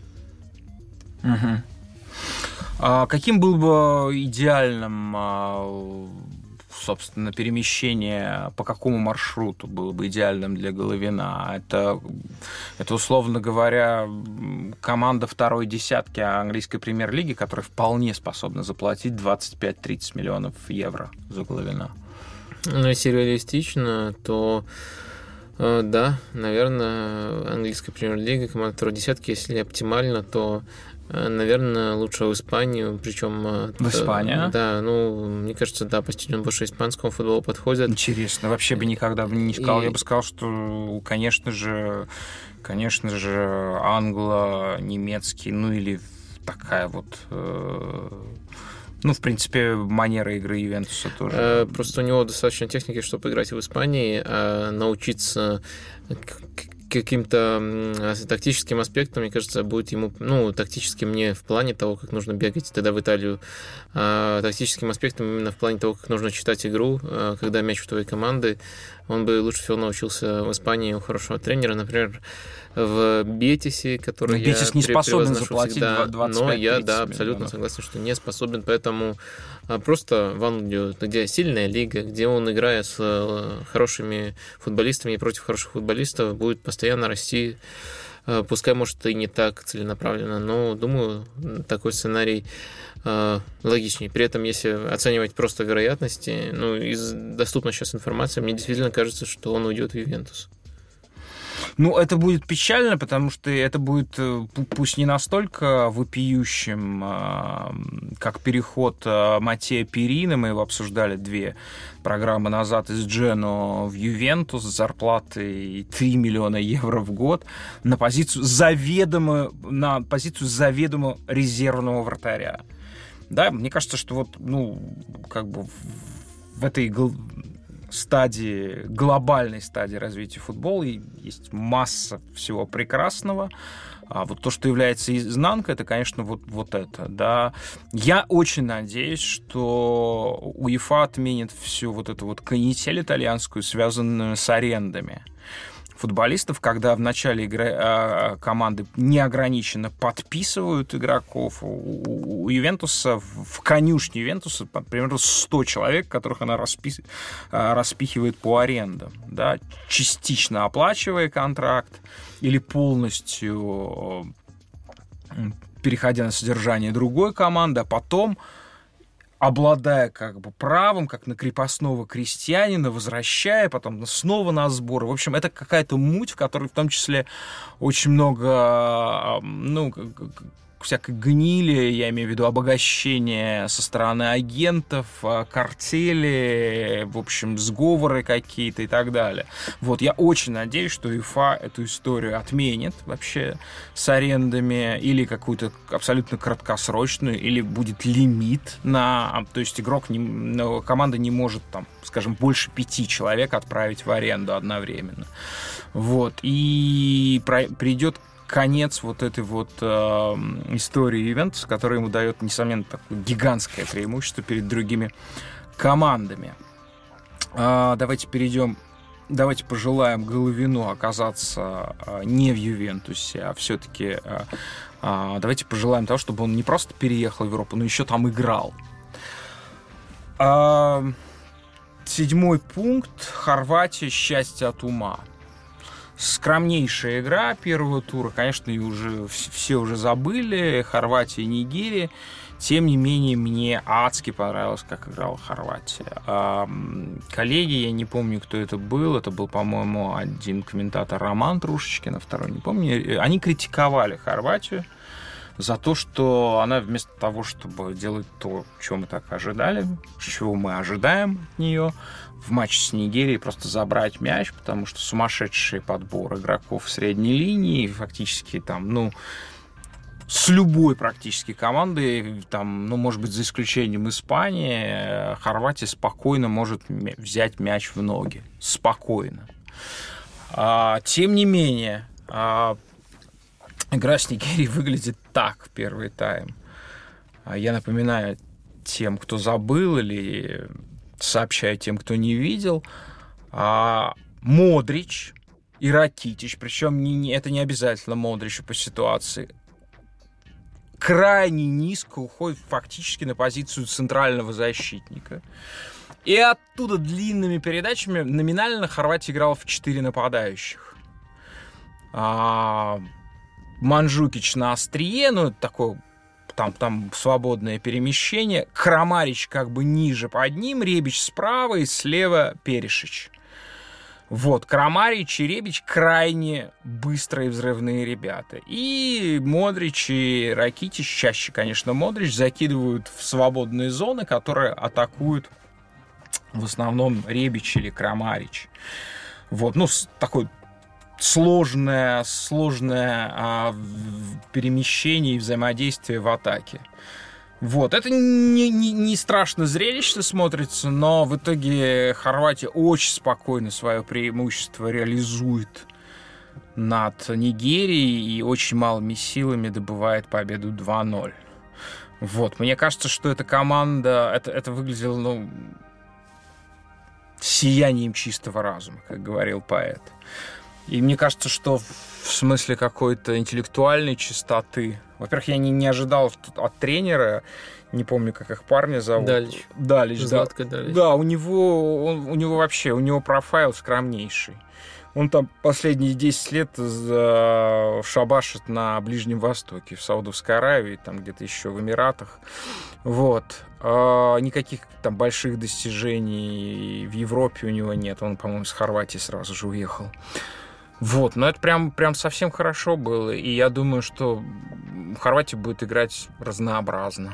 Угу. Каким был бы идеальным, собственно, перемещение, по какому маршруту было бы идеальным для Головина? Это условно говоря, команда второй десятки английской премьер-лиги, которая вполне способна заплатить 25-30 миллионов евро за Головина. Ну, если реалистично, то да, наверное, английская премьер-лига, команда второй десятки, если оптимально, то наверное, лучше в Испанию, причем... В Испанию? Да, мне кажется, да, по стилю он больше испанскому футболу подходит. Интересно, вообще бы никогда бы не сказал. Я бы сказал, что, конечно же, англо-немецкий, или такая вот... в принципе, манера игры Ювентуса тоже. Просто у него достаточно техники, чтобы играть в Испании, а научиться каким-то тактическим аспектом, мне кажется, будет ему, тактическим не в плане того, как нужно бегать тогда в Италию, а тактическим аспектом именно в плане того, как нужно читать игру, когда мяч у твоей команды. Он бы лучше всего научился в Испании у хорошего тренера, например, в Бетисе, который Бетис не способен заплатить 25-30 но я, абсолютно согласен, что не способен, поэтому просто в Англию, где сильная лига, где он, играя с хорошими футболистами и против хороших футболистов, будет постоянно расти. Пускай, может, и не так целенаправленно, но, думаю, такой сценарий логичнее. При этом, если оценивать просто вероятности, из доступной сейчас информации, мне действительно кажется, что он уйдет в Ювентус. Это будет печально, потому что это будет, пусть не настолько вопиющим, как переход Матео Перина. Мы его обсуждали 2 программы назад из Джено в Ювентус с зарплатой 3 миллиона евро в год на позицию заведомо резервного вратаря. Да, мне кажется, что в этой глобальной стадии развития футбола есть масса всего прекрасного. А вот то, что является изнанкой, это, конечно, вот это, да. Я очень надеюсь, что УЕФА отменит всю вот эту вот канитель итальянскую, связанную с арендами футболистов, когда в начале игры команды неограниченно подписывают игроков. У Ювентуса, в конюшне Ювентуса, примерно 100 человек, которых она распихивает по арендам, да, частично оплачивая контракт или полностью переходя на содержание другой команды, а потом, обладая правом, как на крепостного крестьянина, возвращая потом снова на сборы. В общем, это какая-то муть, в которой в том числе очень много, всякой гнили, я имею в виду обогащение со стороны агентов, картели, в общем, сговоры какие-то и так далее. Вот, я очень надеюсь, что УЕФА эту историю отменит вообще с арендами или какую-то абсолютно краткосрочную, или будет лимит то есть команда не может, скажем, больше 5 человек отправить в аренду одновременно. Вот, и придет конец вот этой истории Ювентуса, которая ему дает, несомненно, такое гигантское преимущество перед другими командами. Давайте пожелаем Головину оказаться не в Ювентусе, а все-таки давайте пожелаем того, чтобы он не просто переехал в Европу, но еще там играл. 7-й пункт. Хорватия. Счастье от ума. Скромнейшая игра первого тура. Конечно, все уже забыли. Хорватия и Нигерия. Тем не менее, мне адски понравилось, как играла Хорватия. Коллеги, я не помню, кто это был. Это был, по-моему, один комментатор, Роман Трушечкин, а второй не помню. Они критиковали Хорватию за то, что она вместо того, чтобы делать то, чего мы так ожидали, чего мы ожидаем от нее, в матче с Нигерией просто забрать мяч, потому что сумасшедший подбор игроков в средней линии, фактически там, с любой практически командой, там, может быть, за исключением Испании, Хорватия спокойно может взять мяч в ноги. Спокойно. Тем не менее, игра с Нигерией выглядит так в первый тайм. Я напоминаю тем, кто забыл, или сообщаю тем, кто не видел. Модрич и Ракитич, причем это не обязательно Модричу по ситуации, крайне низко уходит фактически на позицию центрального защитника. И оттуда длинными передачами номинально Хорватия играла в 4 нападающих. Манджукич на острие, такое там свободное перемещение. Крамарич как бы ниже под ним, Ребич справа и слева Перишич. Крамарич и Ребич крайне быстрые взрывные ребята. И Модрич и Ракитич, чаще, конечно, Модрич, закидывают в свободные зоны, которые атакуют в основном Ребич или Крамарич. Такой сложное перемещение и взаимодействие в атаке. Это не страшно зрелищно смотрится, но в итоге Хорватия очень спокойно свое преимущество реализует над Нигерией и очень малыми силами добывает победу 2-0. Мне кажется, что эта команда, это выглядело, сиянием чистого разума, как говорил поэт. И мне кажется, что в смысле какой-то интеллектуальной чистоты. Во-первых, я не ожидал от тренера, не помню, как их парня зовут. Далич, Златко Далич. Да, у него профайл скромнейший. Он там последние 10 лет шабашит на Ближнем Востоке, в Саудовской Аравии, там где-то еще в Эмиратах. Никаких там больших достижений в Европе у него нет. Он, по-моему, с Хорватии сразу же уехал. Но это прям совсем хорошо было. И я думаю, что Хорватия будет играть разнообразно.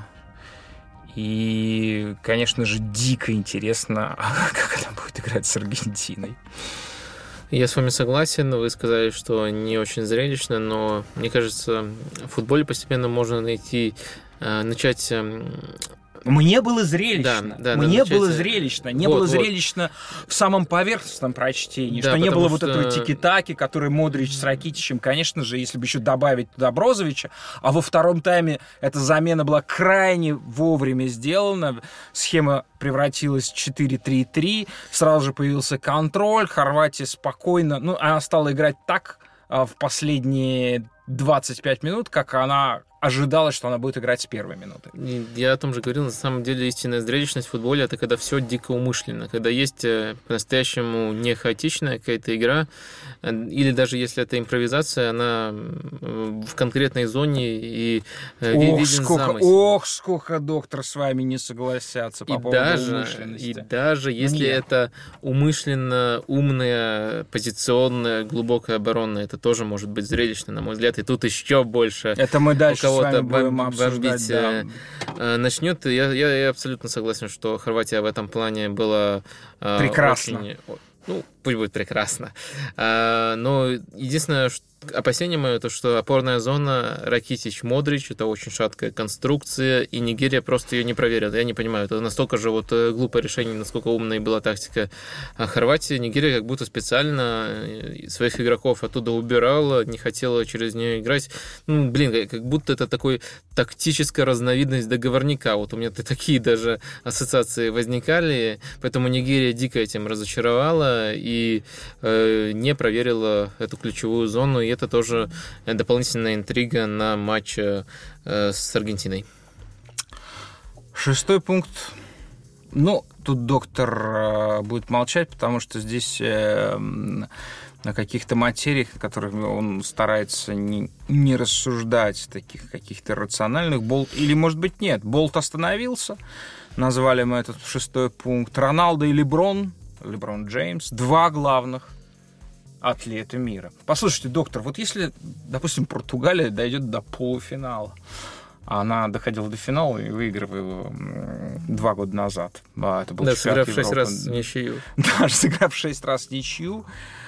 И, конечно же, дико интересно, как она будет играть с Аргентиной. Я с вами согласен. Вы сказали, что не очень зрелищно, но, мне кажется, в футболе постепенно можно начать... Мне было зрелищно. Мне было зрелищно. Не было зрелищно в самом поверхностном прочтении, что не было этого тики-таки, который Модрич с Ракитичем, конечно же, если бы еще добавить туда Брозовича, а во втором тайме эта замена была крайне вовремя сделана, схема превратилась в 4-3-3, сразу же появился контроль, Хорватия спокойно, она стала играть так в последние 25 минут, как она ожидалось, что она будет играть с первой минуты. Я о том же говорил, на самом деле истинная зрелищность в футболе — это когда все дико умышленно, когда есть по-настоящему не хаотичная какая-то игра, или даже если это импровизация, она в конкретной зоне и виден замысел. Сколько доктор с вами не согласятся по поводу умышленности. И даже если это умышленно умная, позиционная, глубокая оборона, это тоже может быть зрелищно, на мой взгляд, и тут еще больше. Это мы дальше кого-то бомбить начнет. Я абсолютно согласен, что Хорватия в этом плане была прекрасно. Пусть будет прекрасно. Но единственное, опасение мое, то, что опорная зона Ракитич, Модрич, это очень шаткая конструкция, и Нигерия просто ее не проверила. Я не понимаю, это настолько же вот глупое решение, насколько умной была тактика Хорватии. Нигерия как будто специально своих игроков оттуда убирала, не хотела через нее играть. Ну, блин, как будто это такой тактическая разновидность договорника. Вот у меня такие даже ассоциации возникали, поэтому Нигерия дико этим разочаровала и не проверила эту ключевую зону, и это тоже дополнительная интрига на матч с Аргентиной. 6 пункт. Ну, тут доктор будет молчать, потому что здесь на каких-то материях, на которых он старается не рассуждать, таких каких-то рациональных. Болт, или, может быть, нет. Болт остановился. Назвали мы этот 6 пункт. Роналдо и Леброн Джеймс, 2 главных атлета мира. Послушайте, доктор, вот если, допустим, Португалия дойдет до полуфинала, а она доходила до финала и выигрывала его 2 года назад. Это был сыграв 6 раз в ничью. Да, сыграв 6 раз в ничью.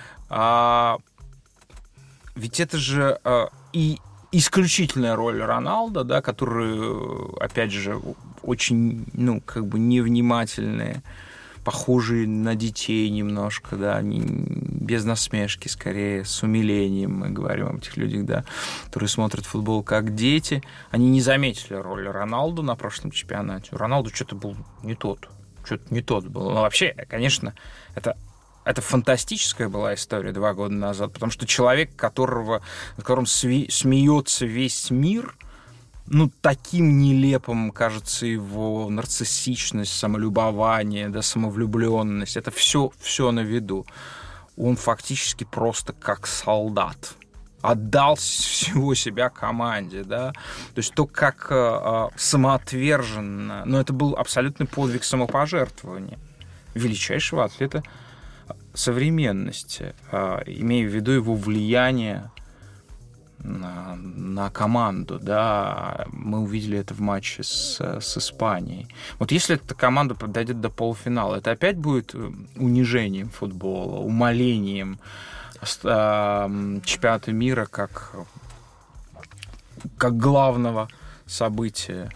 Ведь это же и исключительная роль Роналдо, да, который, опять же, очень, невнимательные, похожие на детей немножко, да, они без насмешки, скорее, с умилением мы говорим об этих людях, да, которые смотрят футбол как дети. Они не заметили роль Роналду на прошлом чемпионате. Роналду что-то был не тот. Что-то не тот был. Но вообще, конечно, это фантастическая была история 2 года назад, потому что человек, над которым смеется весь мир, таким нелепым кажется его нарциссичность, самолюбование, да, самовлюбленность. Это все на виду. Он фактически просто как солдат отдал всего себя команде, да. То есть то, как самоотверженно, это был абсолютный подвиг самопожертвования величайшего атлета современности, имея в виду его влияние на команду, да, мы увидели это в матче с Испанией. Вот если эта команда дойдет до полуфинала, это опять будет унижением футбола, умалением чемпионата мира как главного события.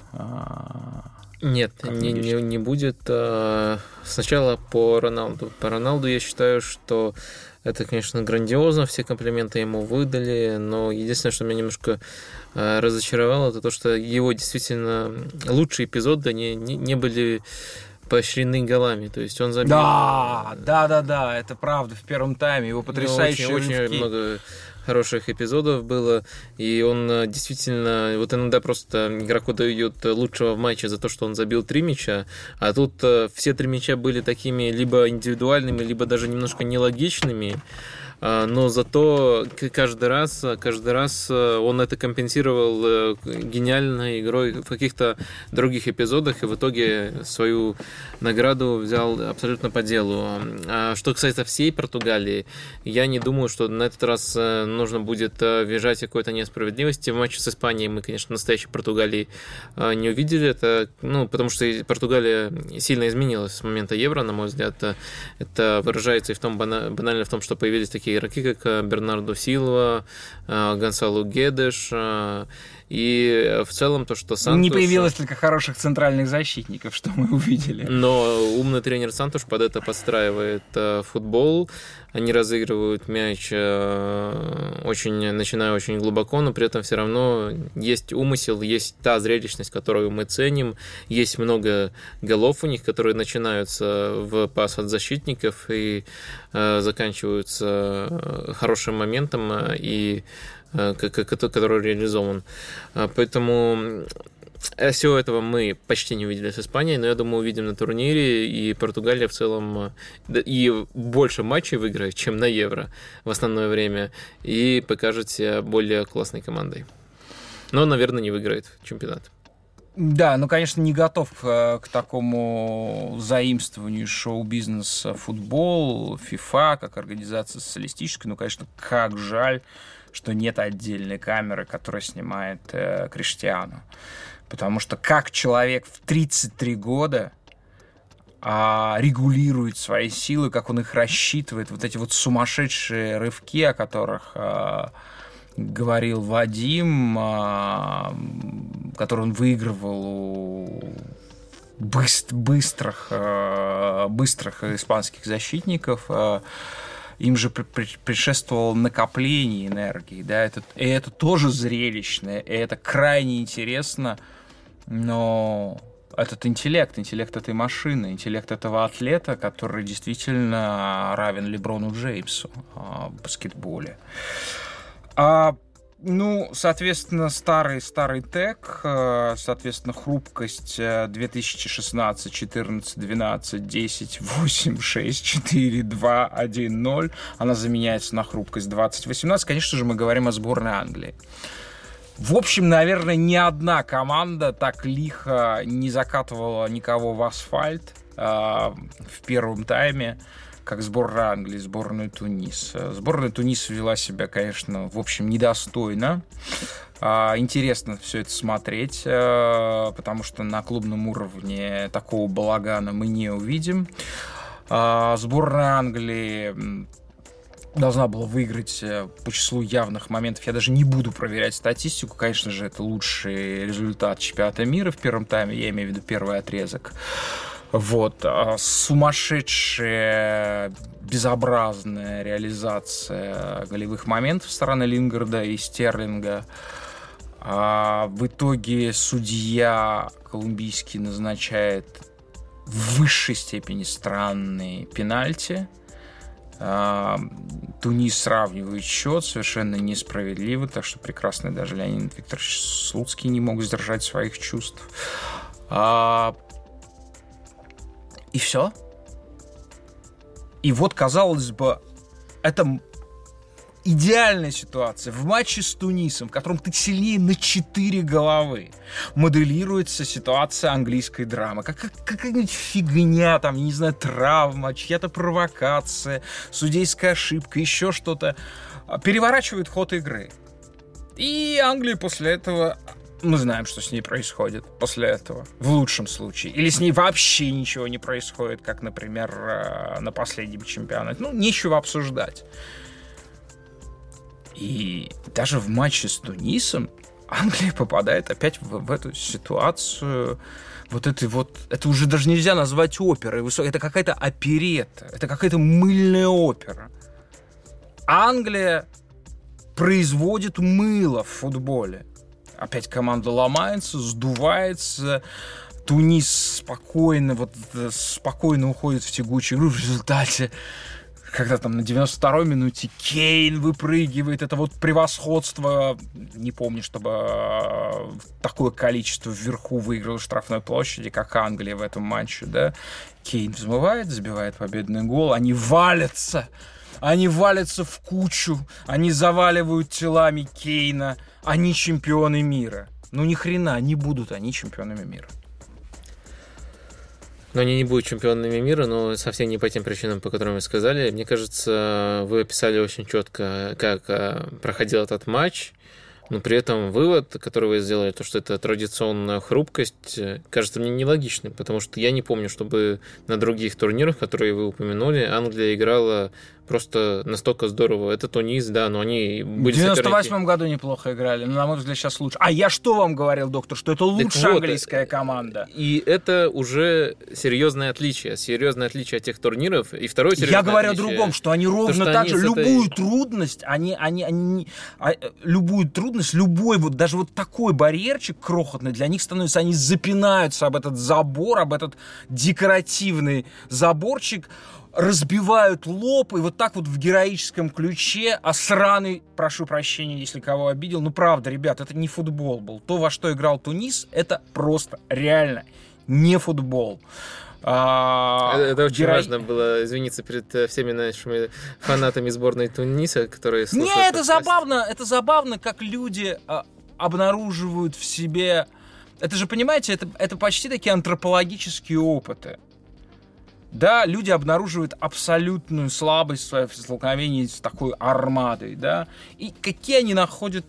Нет, не будет. Сначала по Роналду. По Роналду я считаю, что это, конечно, грандиозно, все комплименты ему выдали, но единственное, что меня немножко разочаровало, это то, что его действительно лучшие эпизоды не были поощрены голами. То есть он забил... Да, это правда, в первом тайме. Его потрясающие рывки. Очень много хороших эпизодов было, и он действительно, вот иногда просто игроку дают лучшего в матче за то, что он забил 3 мяча, а тут все 3 мяча были такими либо индивидуальными, либо даже немножко нелогичными, но зато каждый раз он это компенсировал гениальной игрой в каких-то других эпизодах, и в итоге свою награду взял абсолютно по делу. А что касается всей Португалии, я не думаю, что на этот раз нужно будет въезжать какой-то несправедливости. В матче с Испанией мы, конечно, настоящей Португалии не увидели. Это, потому что Португалия сильно изменилась с момента Евро, на мой взгляд. Это выражается и в том, банально в том, что появились такие игроки, как Бернардо Силва, Гонсало Гедеш, и в целом то, что Сантуш... Не появилось только хороших центральных защитников, что мы увидели. Но умный тренер Сантуш под это подстраивает футбол. Они разыгрывают мяч, начиная очень глубоко, но при этом все равно есть умысел, есть та зрелищность, которую мы ценим. Есть много голов у них, которые начинаются в пас от защитников и заканчиваются хорошим моментом, и который реализован. Поэтому всего этого мы почти не увидели с Испанией, но я думаю, увидим на турнире, и Португалия в целом и больше матчей выиграет, чем на Евро в основное время, и покажет себя более классной командой. Но, наверное, не выиграет чемпионат. Да, конечно, не готов к такому заимствованию шоу-бизнеса футбол, FIFA, как организация социалистическая. Конечно, как жаль, что нет отдельной камеры, которая снимает Криштиану. Потому что как человек в 33 года регулирует свои силы, как он их рассчитывает, вот эти вот сумасшедшие рывки, о которых говорил Вадим, который он выигрывал у быстрых испанских защитников, им же предшествовало накопление энергии, да, и это тоже зрелищно, и это крайне интересно, но этот интеллект этой машины, интеллект этого атлета, который действительно равен Леброну Джеймсу в баскетболе. Соответственно, старый тег, соответственно, хрупкость 2016, 14, 12, 10, 8, 6, 4, 2, 1, 0. Она заменяется на хрупкость 2018. Конечно же, мы говорим о сборной Англии. В общем, наверное, ни одна команда так лихо не закатывала никого в асфальт в первом тайме, как сборная Англии, сборная Туниса. Сборная Туниса вела себя, конечно, в общем, недостойно. Интересно все это смотреть, потому что на клубном уровне такого балагана мы не увидим. Сборная Англии должна была выиграть по числу явных моментов. Я даже не буду проверять статистику. Конечно же, это лучший результат чемпионата мира в первом тайме. Я имею в виду первый отрезок. Вот. Сумасшедшая, безобразная реализация голевых моментов со стороны Лингарда и Стерлинга. В итоге судья колумбийский назначает в высшей степени странные пенальти. Тунис сравнивает счет совершенно несправедливо, так что прекрасный даже Леонид Викторович Слуцкий не мог сдержать своих чувств. И все. И вот, казалось бы, это идеальная ситуация. В матче с Тунисом, в котором ты сильнее на 4 головы, моделируется ситуация английской драмы. Какая-нибудь фигня, там, не знаю, травма, чья-то провокация, судейская ошибка, еще что-то. Переворачивает ход игры. И Англия после этого... Мы знаем, что с ней происходит после этого, в лучшем случае. Или с ней вообще ничего не происходит, как, например, на последнем чемпионате. Нечего обсуждать. И даже в матче с Тунисом Англия попадает опять в эту ситуацию. Это уже даже нельзя назвать оперой. Это какая-то оперетта. Это какая-то мыльная опера. Англия производит мыло в футболе. Опять команда ломается, сдувается. Тунис спокойно уходит в тягучую игру. В результате, когда там на 92-й минуте Кейн выпрыгивает, это вот превосходство. Не помню, чтобы такое количество вверху выиграло штрафной площади, как Англия в этом матче, да. Кейн взмывает, забивает победный гол. Они валятся в кучу. Они заваливают телами Кейна. Они чемпионы мира. Ни хрена, не будут они чемпионами мира. Но они не будут чемпионами мира, но совсем не по тем причинам, по которым вы сказали. Мне кажется, вы описали очень четко, как проходил этот матч. Но при этом вывод, который вы сделали, то, что это традиционная хрупкость, кажется мне нелогичным, потому что я не помню, чтобы на других турнирах, которые вы упомянули, Англия играла просто настолько здорово. Это Тунис, да, но они были... В 98-м году неплохо играли, но, на мой взгляд, сейчас лучше. А я что вам говорил, доктор, что это лучшая английская команда? И это уже серьезное отличие от тех турниров. И второе серьезное отличие... Я говорю о другом, что они ровно так же, любую трудность, любой вот даже вот такой барьерчик крохотный для них становится, они запинаются об этот забор, об этот декоративный заборчик, разбивают лоб, и вот так вот в героическом ключе, сраный, прошу прощения, если кого обидел, правда, ребят, это не футбол был. То, во что играл Тунис, это просто реально не футбол. Это очень важно было извиниться перед всеми нашими фанатами сборной Туниса, которые слушают. Не, это забавно, как люди обнаруживают в себе... Это же, понимаете, это почти такие антропологические опыты. Да, люди обнаруживают абсолютную слабость в столкновении с такой армадой, да, и какие они находят,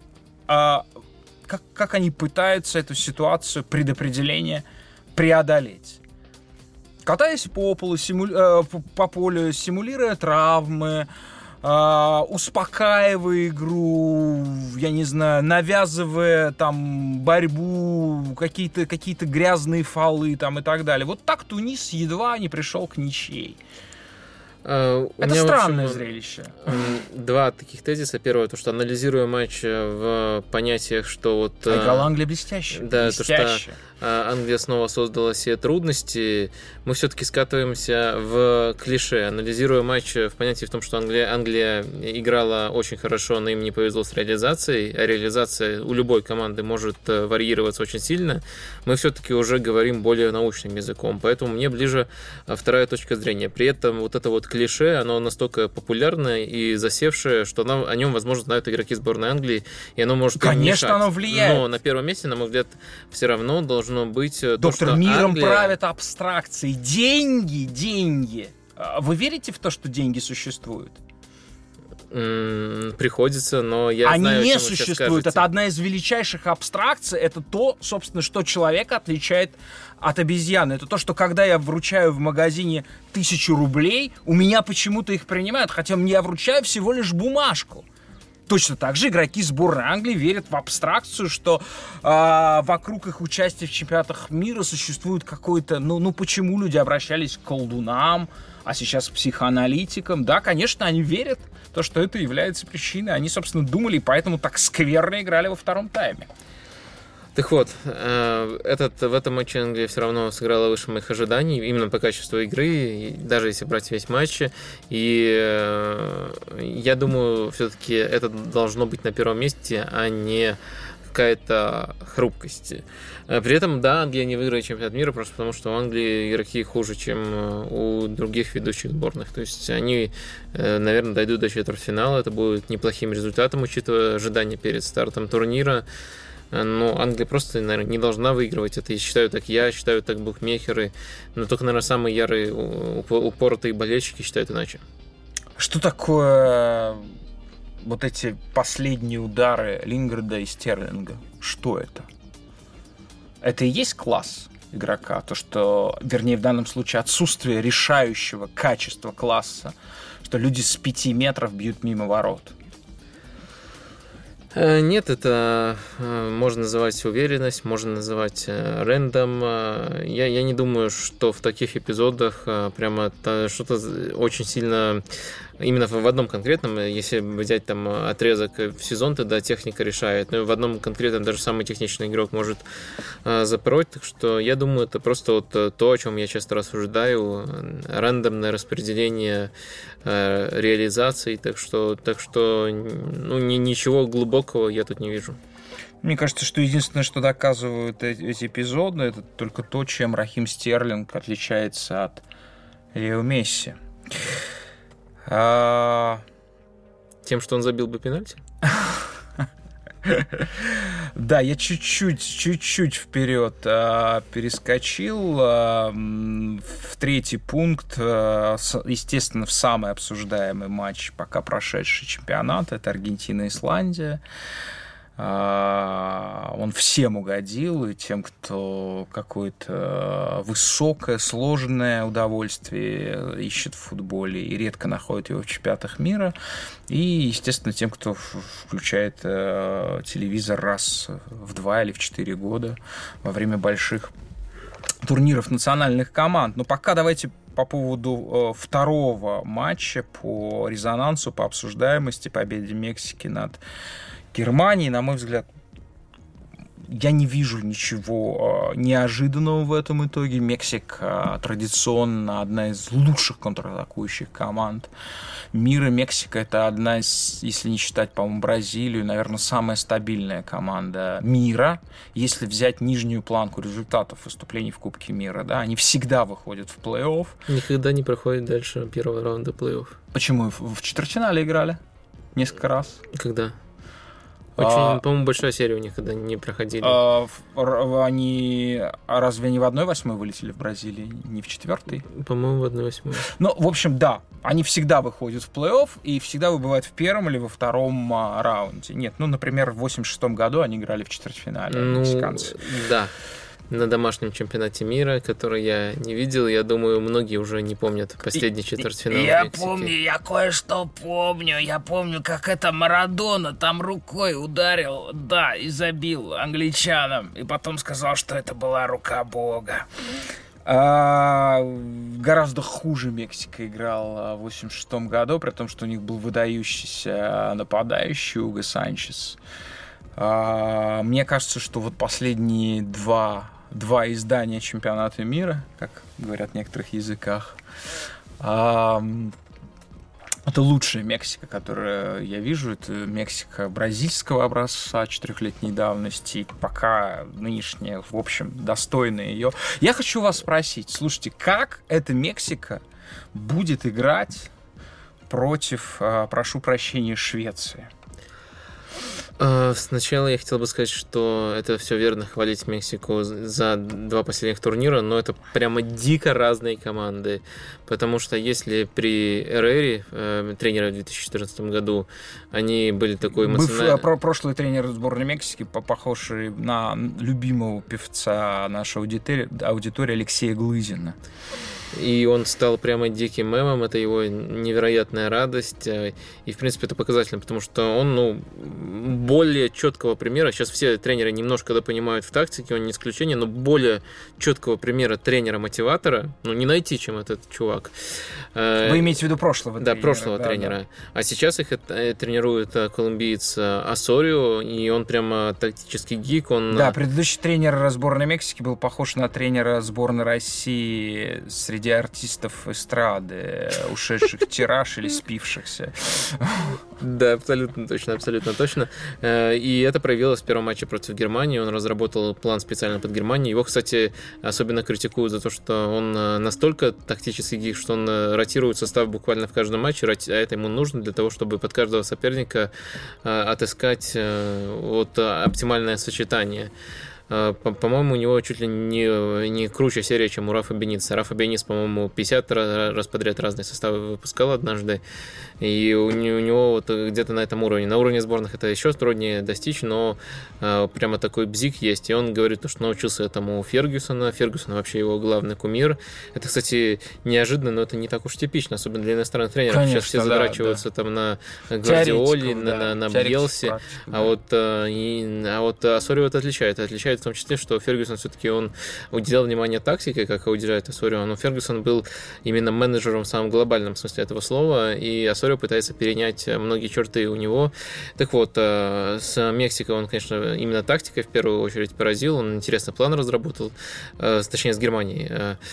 как они пытаются эту ситуацию предопределения преодолеть. Катаясь по полю, симулируя травмы, успокаивая игру, я не знаю, навязывая там борьбу, какие-то грязные фолы там и так далее. Вот так Тунис едва не пришел к ничьей. Это странное зрелище. Два таких тезиса. Первое, то, что анализируя матч в понятиях, что вот... играла Англия блестяще. Да, то, что Англия снова создала себе трудности, мы все-таки скатываемся в клише. Анализируя матч в понятии в том, что Англия играла очень хорошо, но им не повезло с реализацией, а реализация у любой команды может варьироваться очень сильно, мы все-таки уже говорим более научным языком. Поэтому мне ближе вторая точка зрения. При этом вот это вот клише, оно настолько популярное и засевшее, что о нем, возможно, знают игроки сборной Англии, и оно может им мешать. Конечно, оно влияет. Но на первом месте, на мой взгляд, все равно должно быть Доктор, то, что миром Англия... правят абстракции. Деньги. Вы верите в то, что деньги существуют? Приходится, но я Они знаю, не о чем вы сейчас существуют. скажете. Это одна из величайших абстракций. Это то, собственно, что человека отличает от обезьяны. Это то, что когда я вручаю в магазине 1000 рублей, у меня почему-то их принимают, хотя мне я вручаю всего лишь бумажку. Точно так же игроки сборной Англии верят в абстракцию, что вокруг их участия в чемпионатах мира существует какой-то... Ну, почему люди обращались к колдунам, а сейчас к психоаналитикам? Да, конечно, они верят в то, что это является причиной. Они, собственно, думали, и поэтому так скверно играли во втором тайме. Так вот, в этом матче Англия все равно сыграла выше моих ожиданий, именно по качеству игры, даже если брать весь матч. И я думаю, все-таки это должно быть на первом месте, а не какая-то хрупкость. При этом, да, Англия не выиграет чемпионат мира, просто потому что у Англии игроки хуже, чем у других ведущих сборных. То есть они, наверное, дойдут до четвертьфинала. Это будет неплохим результатом, учитывая ожидания перед стартом турнира. Но Англия просто, наверное, не должна выигрывать это. Считаю так букмекеры. Но только, наверное, самые ярые, упоротые болельщики считают иначе. Что такое вот эти последние удары Лингарда и Стерлинга? Что это? Это и есть класс игрока? То, что, вернее, в данном случае отсутствие решающего качества класса, что люди с 5 метров бьют мимо ворот? Нет, это можно называть уверенность, можно называть рэндом. Я не думаю, что в таких эпизодах прямо что-то очень сильно... Именно в одном конкретном, если взять там отрезок в сезон, тогда техника решает. Но в одном конкретном даже самый техничный игрок может запороть. Так что я думаю, это просто вот то, о чем я часто рассуждаю. Рандомное распределение реализаций. Так что ничего глубокого я тут не вижу. Мне кажется, что единственное, что доказывают эти эпизоды, это только то, чем Рахим Стерлинг отличается от Лео Месси. Тем, что он забил бы пенальти? Да, я чуть-чуть вперед перескочил в третий пункт, естественно, в самый обсуждаемый матч пока прошедший чемпионат, это Аргентина-Исландия. Он всем угодил, и тем, кто какое-то высокое, сложное удовольствие ищет в футболе и редко находит его в чемпионатах мира, и, естественно, тем, кто включает телевизор раз в 2 или в 4 года во время больших турниров национальных команд. Но пока давайте по поводу второго матча, по резонансу, по обсуждаемости, победе Мексики над Германии, на мой взгляд, я не вижу ничего неожиданного в этом итоге. Мексика традиционно одна из лучших контратакующих команд мира. Мексика — это одна из, если не считать, по-моему, Бразилию, наверное, самая стабильная команда мира. Если взять нижнюю планку результатов выступлений в Кубке мира, да, они всегда выходят в плей-офф. Никогда не проходят дальше первого раунда плей-офф. Почему? В четвертьфинале играли несколько раз. Когда? Очень, по-моему, большая серия у них, когда не проходили. Они разве не в 1/8 вылетели в Бразилии, не в 4? По-моему, в 1/8. Ну, в общем, да. Они всегда выходят в плей-офф и всегда выбывают в первом или во втором раунде. Нет, например, в 86 году они играли в четвертьфинале. Мексиканцы. Да. на домашнем чемпионате мира, который я не видел. Я думаю, многие уже не помнят последний четвертьфинал Я помню, я кое-что помню. Я помню, как это Марадона там рукой ударил, да, и забил англичанам. И потом сказал, что это была рука Бога. Гораздо хуже Мексика играла в 1986 году, при том, что у них был выдающийся нападающий Уго Санчес. Мне кажется, что вот последние два издания чемпионата мира, как говорят в некоторых языках, это лучшая Мексика, которую я вижу. Это Мексика бразильского образца 4-летней давности. И пока нынешняя, в общем, достойна ее. Я хочу вас спросить, слушайте, как эта Мексика будет играть против, прошу прощения, Швеции? Сначала я хотел бы сказать, что это все верно хвалить Мексику за 2 последних турнира, но это прямо дико разные команды. Потому что если при Эррере, тренера в 2014 году, они были такой эмоциональный... Прошлый тренер сборной Мексики, похожий на любимого певца нашей аудитории Алексея Глызина. И он стал прямо диким мемом, это его невероятная радость. И, в принципе, это показательно, потому что он, более четкого примера, сейчас все тренеры немножко понимают в тактике, он не исключение, но более четкого примера тренера-мотиватора, не найти, чем этот чувак. Вы имеете в виду прошлого тренера? Да, прошлого тренера. Да. А сейчас их тренирует колумбиец Осорио, и он прямо тактический гик. Да, предыдущий тренер сборной Мексики был похож на тренера сборной России среди артистов эстрады, ушедших в тираж или спившихся. Да, абсолютно точно. И это проявилось в первом матче против Германии. Он разработал план специально под Германию. Его, кстати, особенно критикуют за то, что он настолько тактический гик, что он ротирует состав буквально в каждом матче, а это ему нужно для того, чтобы под каждого соперника отыскать оптимальное сочетание. По-моему, у него чуть ли не круче серия, чем у Рафа Беница. Рафа Бенис, по-моему, 50 раз подряд разные составы выпускал однажды. И у него где-то на этом уровне. На уровне сборных это еще труднее достичь, но прямо такой бзик есть. И он говорит, что научился этому у Фергюсона. Фергюсон вообще его главный кумир. Это, кстати, неожиданно, но это не так уж типично, особенно для иностранных тренеров. Конечно, сейчас все задрачиваются там на Гвардиоле, на Бьелсе. А вот Осорио это отличает в том числе, что Фергюсон все-таки он уделял внимание тактике, как и уделяет Осорио, но Фергюсон был именно менеджером в самом глобальном смысле этого слова, и Осорио пытается перенять многие черты у него. Так вот, с Мексикой он, конечно, именно тактикой в первую очередь поразил, он интересный план разработал, точнее, с Германией.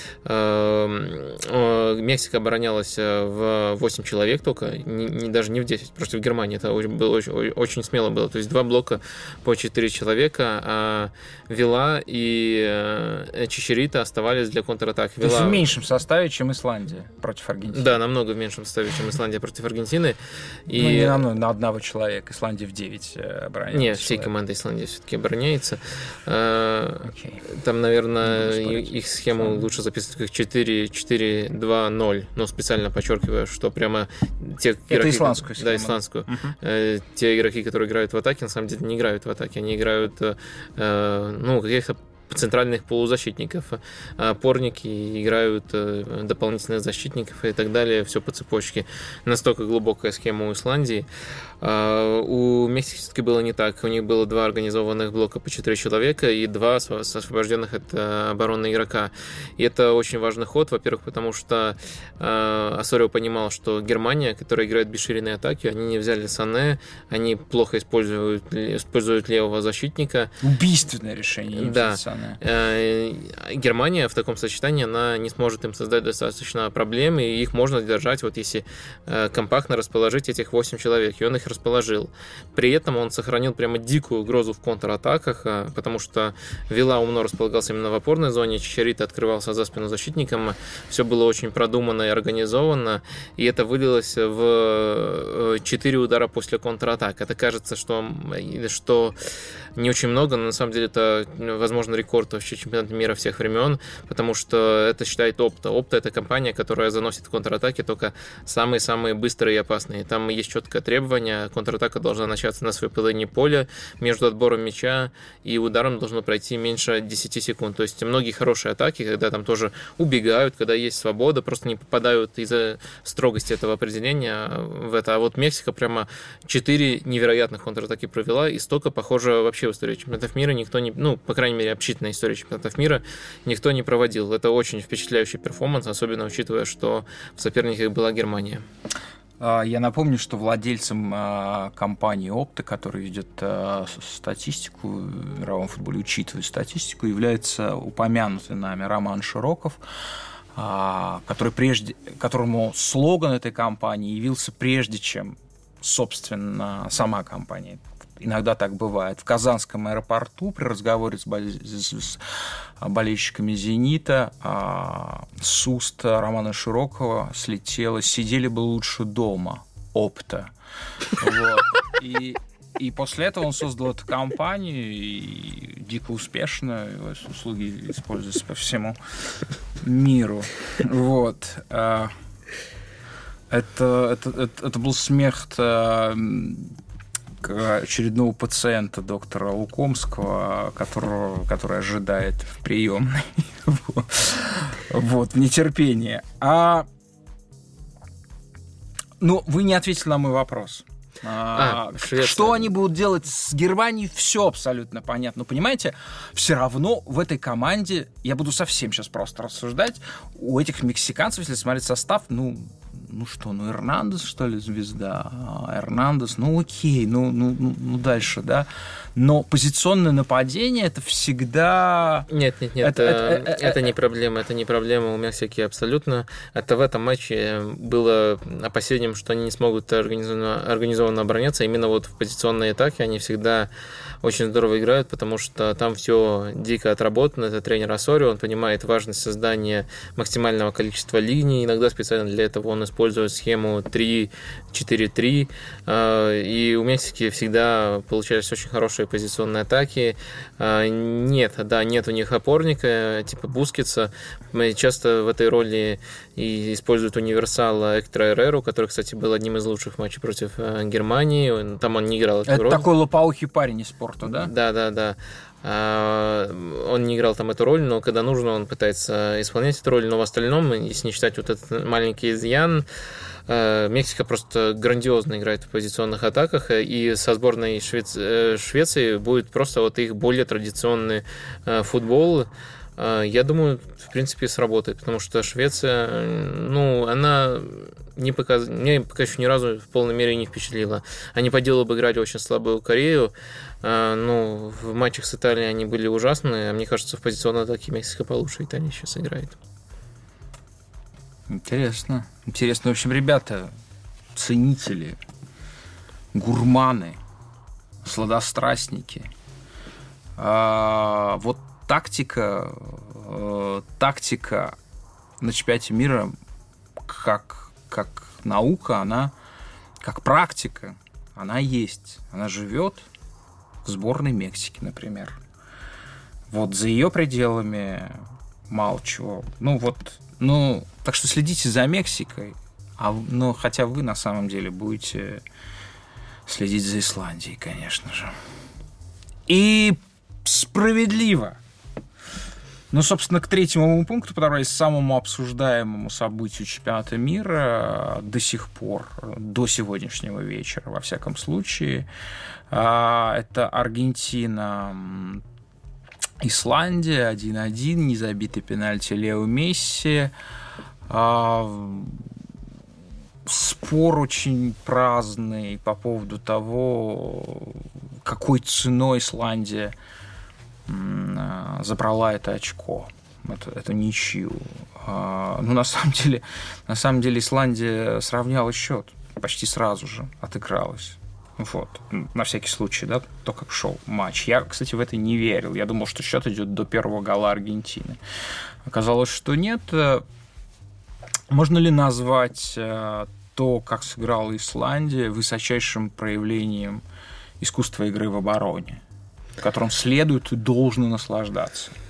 Мексика оборонялась в 8 человек только, даже не в 10, против Германии. Это очень смело было. То есть 2 блока по 4 человека, а Вила и Чичарита оставались для контратак. То есть в меньшем составе, чем Исландия против Аргентины. Да, намного в меньшем составе, чем Исландия против Аргентины. Не намного, на одного человека. Исландия в 9 обороняется. Нет, всей командой Исландии все-таки обороняется. Там, наверное, их схему лучше записывать как 4-4-2-0. Но специально подчеркиваю, что прямо те игроки... Это исландскую схему. Да, исландскую. Те игроки, которые играют в атаке, на самом деле не играют в атаке. Они играют каких-то центральных полузащитников. Опорники играют дополнительных защитников и так далее. Все по цепочке. Настолько глубокая схема у Исландии. У Мексики все-таки было не так. У них было 2 организованных блока по 4 человека и 2 освобожденных от обороны игрока. И это очень важный ход, во-первых, потому что Осорио понимал, что Германия, которая играет бесширинные атаки, они не взяли Сане, они плохо используют левого защитника. Убийственное решение. Да. Германия в таком сочетании, она не сможет им создать достаточно проблем, и их можно держать, если компактно расположить этих 8 человек. И он их расположил. При этом он сохранил прямо дикую угрозу в контратаках, потому что Вила умно располагался именно в опорной зоне, Чичарита открывался за спину защитникам. Все было очень продумано и организовано, и это вылилось в 4 удара после контратак. Это кажется, что не очень много, но на самом деле это, возможно, рекорд вообще чемпионата мира всех времен, потому что это считает Opta. Opta — это компания, которая заносит в контратаке только самые-самые быстрые и опасные. Там есть четкое требование, контратака должна начаться на своей половине поля, между отбором мяча и ударом должно пройти меньше 10 секунд. То есть многие хорошие атаки, когда там тоже убегают, когда есть свобода, просто не попадают из-за строгости этого определения в это. А вот Мексика прямо 4 невероятных контратаки провела, и столько, похоже, вообще в истории чемпионатов мира никто не, по крайней мере, общительная история чемпионатов мира никто не проводил. Это очень впечатляющий перформанс, особенно учитывая, что в соперниках была Германия. Я напомню, что владельцем компании Opta, которая ведет статистику в мировом футболе, учитывает статистику, является упомянутый нами Роман Широков, которому слоган этой компании явился прежде, чем, собственно, сама компания. Иногда так бывает. В Казанском аэропорту при разговоре с болельщиками «Зенита» с уст Романа Широкова слетело «Сидели бы лучше дома, Opta». Вот. И после этого он создал эту компанию, и дико успешно его услуги используются по всему миру. Вот. Это был смех очередного пациента доктора Лукомского, который ожидает в приемной. Вот, в нетерпении. Вы не ответили на мой вопрос. Что они будут делать с Германией, все абсолютно понятно. Но понимаете, все равно в этой команде, я буду совсем сейчас просто рассуждать, у этих мексиканцев, если смотреть состав, Эрнандес, что ли, звезда? Эрнандес, окей, дальше, да? Но позиционное нападение — это всегда... Нет, это не проблема, у Мексики абсолютно. Это в этом матче было опасением, что они не смогут организованно обороняться. Именно вот в позиционной атаке они всегда очень здорово играют, потому что там все дико отработано. Это тренер Осорио, он понимает важность создания максимального количества линий. Иногда специально для этого он использует схему 3-4-3. И у Мексики всегда получались очень хорошие позиционные атаки. Нет у них опорника типа Бускетса. Часто в этой роли и используют универсала Эктора Эреру, который, кстати, был одним из лучших матчей против Германии. Там он не играл эту роль. Это такой лопоухий парень из спорта, да? Да. Он не играл там эту роль, но когда нужно, он пытается исполнять эту роль. Но в остальном, если не считать вот этот маленький изъян, Мексика просто грандиозно играет в позиционных атаках, и со сборной Швеции будет просто вот их более традиционный футбол. Я думаю, в принципе, сработает, потому что Швеция, она мне пока еще ни разу в полной мере не впечатлила. Они по делу обыграли очень слабую Корею, в матчах с Италией они были ужасные, а мне кажется, в позиционной атаке Мексика получше Италии сейчас играет. Интересно. В общем, ребята, ценители, гурманы, сладострастники. Вот тактика на чемпионате мира как наука, она как практика, она есть. Она живет в сборной Мексики, например. Вот за ее пределами мало чего. Так что следите за Мексикой, хотя вы на самом деле будете следить за Исландией, конечно же. И справедливо. Собственно, к третьему пункту, который самому обсуждаемому событию чемпионата мира до сих пор, до сегодняшнего вечера, во всяком случае, это Аргентина, Исландия 1-1, незабитый пенальти Лео Месси. Спор очень праздный по поводу того, какой ценой Исландия забрала это очко, эту ничью. На самом деле Исландия сравняла счет почти сразу же, отыгралась. Вот. На всякий случай, да, то, как шел матч. Я, кстати, в это не верил. Я думал, что счет идет до первого гола Аргентины. Оказалось, что нет. Можно ли назвать то, как сыграла Исландия, высочайшим проявлением искусства игры в обороне, которым следует и должно наслаждаться?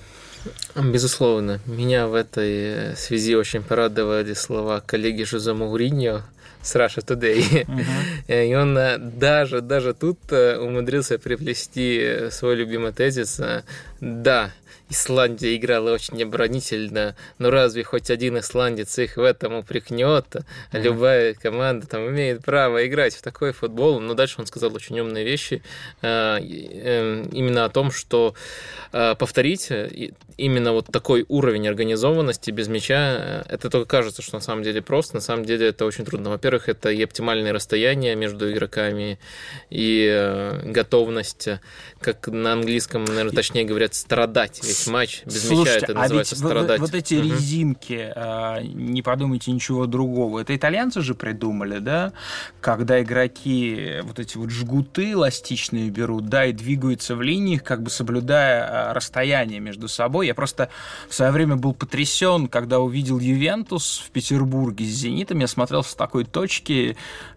Безусловно. Меня в этой связи очень порадовали слова коллеги Жозе Мауриньо с Russia Today. И он даже тут умудрился приплести свой любимый тезис. Да, Исландия играла очень оборонительно, но разве хоть один исландец их в этом упрекнет? Любая команда там имеет право играть в такой футбол. Но дальше он сказал очень умные вещи именно о том, что повторить именно вот такой уровень организованности без мяча, это только кажется, что на самом деле просто, на самом деле это очень трудно. Во-первых, это и оптимальное расстояние между игроками, и готовность, как на английском, наверное, точнее говорят, страдать весь матч без мяча, это называется страдать. Вот эти резинки, не подумайте ничего другого, это итальянцы же придумали, да? Когда игроки вот эти вот жгуты эластичные берут, да, и двигаются в линиях, как бы соблюдая расстояние между собой. Я просто в свое время был потрясен, когда увидел Ювентус в Петербурге с Зенитом. Я смотрел с такой точки.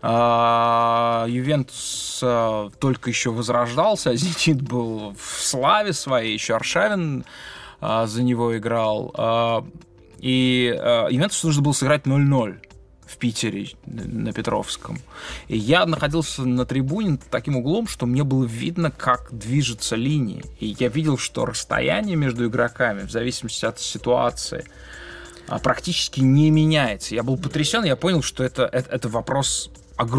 Ювентус только еще возрождался, а Зенит был в славе своей. Еще Аршавин за него играл. И Ювентусу нужно было сыграть 0-0 в Питере на Петровском. И я находился на трибуне таким углом, что мне было видно, как движется линия. И я видел, что расстояние между игроками, в зависимости от ситуации, практически не меняется. Я был потрясен, я понял, что это вопрос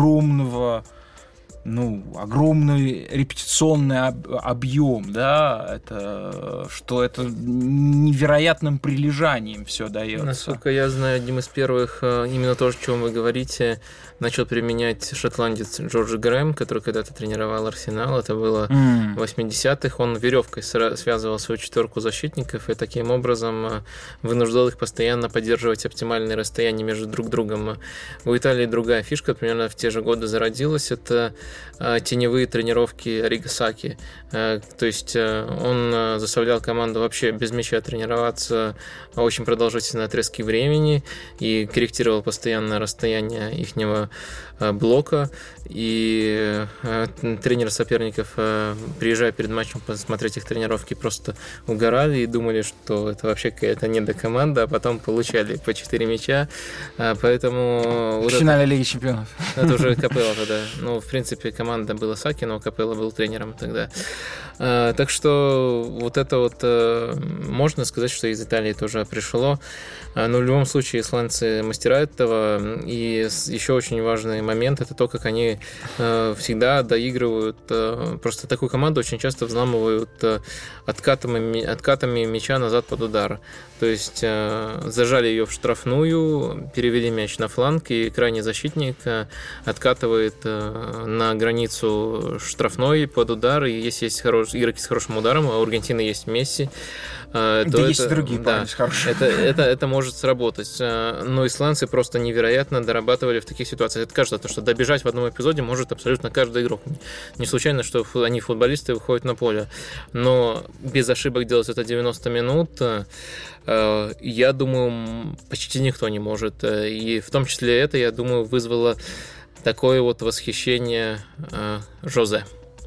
огромный репетиционный объем, да, что это невероятным прилежанием все дается. Насколько я знаю, одним из первых, именно то, о чем вы говорите, начал применять шотландец Джордж Грэм, который когда-то тренировал Арсенал, это было в 80-х, он веревкой связывал свою четверку защитников и таким образом вынуждал их постоянно поддерживать оптимальное расстояние между друг другом. У Италии другая фишка, примерно в те же годы зародилась, это теневые тренировки Арриго Саки. То есть он заставлял команду вообще без мяча тренироваться очень продолжительные отрезки времени и корректировал постоянно расстояние ихнего блока. И тренеры соперников, приезжая перед матчем посмотреть их тренировки, просто угорали и думали, что это вообще какая-то недокоманда, а потом получали по 4 мяча. Поэтому... В финале Лиги Чемпионов. Это уже Капелло тогда. Ну, в принципе, команда была Саки, но Капелло был тренером тогда. Так что вот это вот можно сказать, что из Италии тоже пришло. Но в любом случае исландцы мастера этого. И еще очень важный момент — это то, как они всегда доигрывают. Просто такую команду очень часто взламывают откатами мяча назад под удар. То есть зажали ее в штрафную, перевели мяч на фланг, и крайний защитник откатывает на границу штрафной под удар. И если есть игроки с хорошим ударом, а у Аргентины есть Месси, то есть и другие парни с хорошим. Это может сработать. Но исландцы просто невероятно дорабатывали в таких ситуациях. Это кажется, что добежать в одном эпизоде может абсолютно каждый игрок. Не случайно, что они, футболисты, выходят на поле. Но без ошибок делать это 90 минут, я думаю, почти никто не может. И в том числе это, я думаю, вызвало такое вот восхищение Жозе.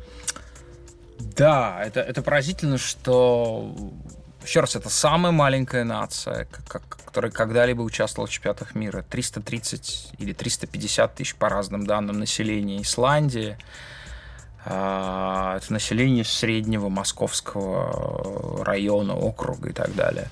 Да, это поразительно, что, еще раз, это самая маленькая нация, которая когда-либо участвовала в чемпионатах мира. 330 или 350 тысяч, по разным данным, населения Исландии. Это население среднего московского района, округа и так далее.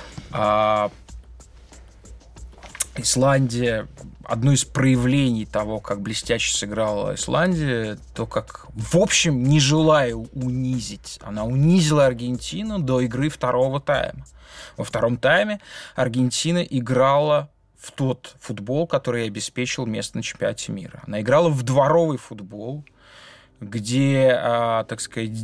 Исландия, одно из проявлений того, как блестяще сыграла Исландия, то, как, в общем, не желая унизить, она унизила Аргентину до игры второго тайма. Во втором тайме Аргентина играла в тот футбол, который обеспечил место на чемпионате мира. Она играла в дворовый футбол, где, так сказать,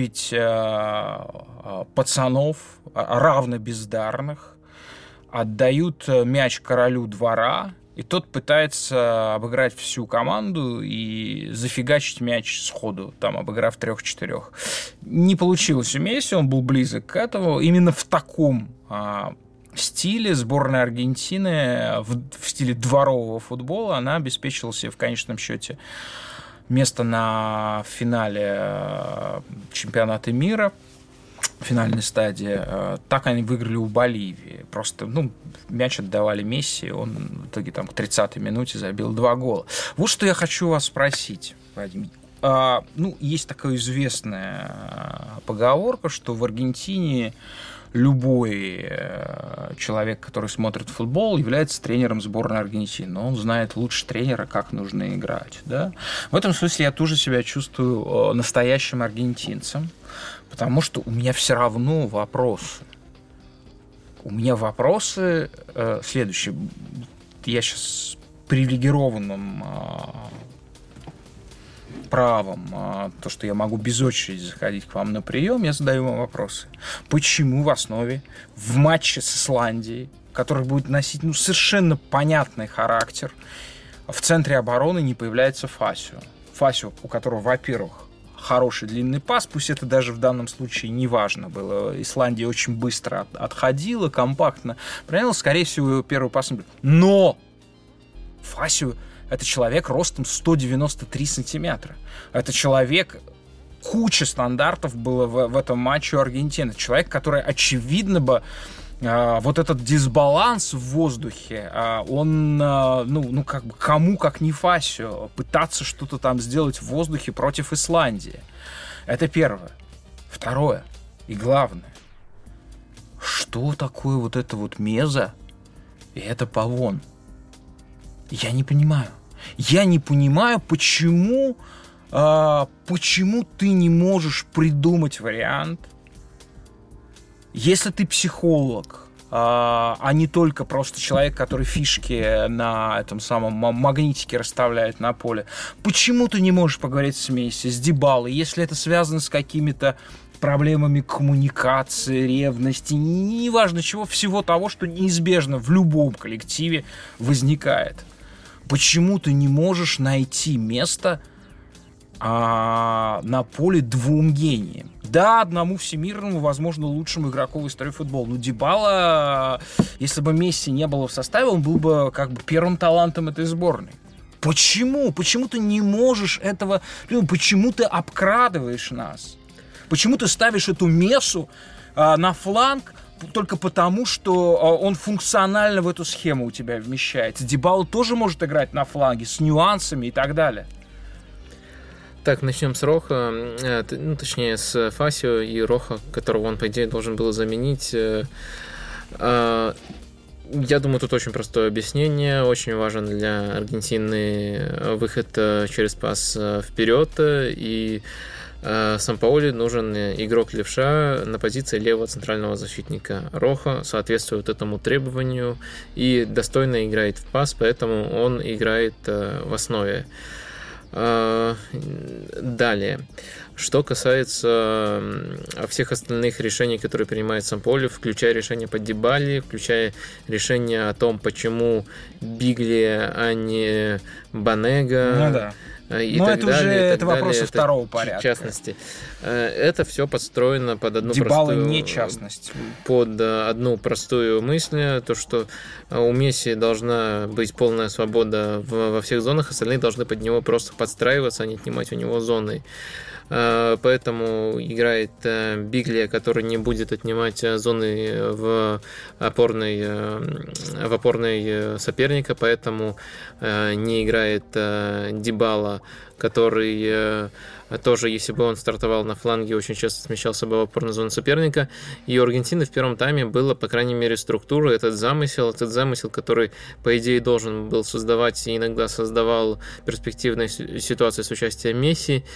9 пацанов, равно бездарных, отдают мяч королю двора, и тот пытается обыграть всю команду и зафигачить мяч сходу, там, обыграв 3-4. Не получилось у Месси, он был близок к этому. Именно в таком стиле сборная Аргентины, в стиле дворового футбола, она обеспечила себе в конечном счете место на финале чемпионата мира. финальной стадии. Так они выиграли у Боливии. Просто, мяч отдавали Месси, он в итоге там к 30-й минуте забил 2 гола. Вот что я хочу вас спросить, Вадим. Есть такая известная поговорка, что в Аргентине любой человек, который смотрит футбол, является тренером сборной Аргентины. Но он знает лучше тренера, как нужно играть. Да? В этом смысле я тоже себя чувствую настоящим аргентинцем, потому что у меня все равно вопросы. У меня вопросы следующие. Я сейчас привилегированным правом, то, что я могу без очереди заходить к вам на прием, я задаю вам вопросы. Почему в основе в матче с Исландией, который будет носить совершенно понятный характер, в центре обороны не появляется Фасио? Фасио, у которого, во-первых, хороший длинный пас, пусть это даже в данном случае не важно было. Исландия очень быстро отходила, компактно приняла, скорее всего, первый пас. Но Фасио — это человек ростом 193 сантиметра. Это человек... Куча стандартов было в этом матче у Аргентины. Человек, который, очевидно бы, вот этот дисбаланс в воздухе, он, кому, как не Фасио, пытаться что-то там сделать в воздухе против Исландии. Это первое. Второе и главное. Что такое вот это вот меза и это павон? Я не понимаю. Я не понимаю, почему ты не можешь придумать вариант, если ты психолог, а не только просто человек, который фишки на этом самом магнитике расставляет на поле. Почему ты не можешь поговорить с Месси, с Дибалой, если это связано с какими-то проблемами коммуникации, ревности, неважно чего, всего того, что неизбежно в любом коллективе возникает. Почему ты не можешь найти место на поле двум гениям? Да, одному всемирному, возможно, лучшему игроку в истории футбола. Но Дибала, если бы Месси не было в составе, он был бы как бы первым талантом этой сборной. Почему? Почему ты не можешь этого... Почему ты обкрадываешь нас? Почему ты ставишь эту Мессу на фланг только потому, что он функционально в эту схему у тебя вмещается? Дибала тоже может играть на фланге с нюансами и так далее. Так, начнем с Роха, точнее с Фасио и Роха, которого он, по идее, должен был заменить. Я думаю, тут очень простое объяснение. Очень важен для Аргентины выход через пас вперед, и Сампаоли нужен игрок-левша на позиции левого центрального защитника. Роха соответствует этому требованию и достойно играет в пас, поэтому он играет в основе. Далее. Что касается всех остальных решений, которые принимает Сампаоли, включая решение по Дибале, включая решение о том, почему Бигли, а не Банега. И но так это далее, уже и так это вопросы далее, второго порядка. В частности, это все подстроено под одну Дибала простую... не частность. Под одну простую мысль, то, что у Месси должна быть полная свобода во всех зонах, остальные должны под него просто подстраиваться, а не отнимать у него зоны. Поэтому играет Бигли, который не будет отнимать зоны в опорной соперника, поэтому не играет Дибала, который тоже, если бы он стартовал на фланге, очень часто смещался бы в опорную зону соперника. И у Аргентины в первом тайме было, по крайней мере, структура, этот замысел, который, по идее, должен был создавать и иногда создавал перспективные ситуации с участием Месси,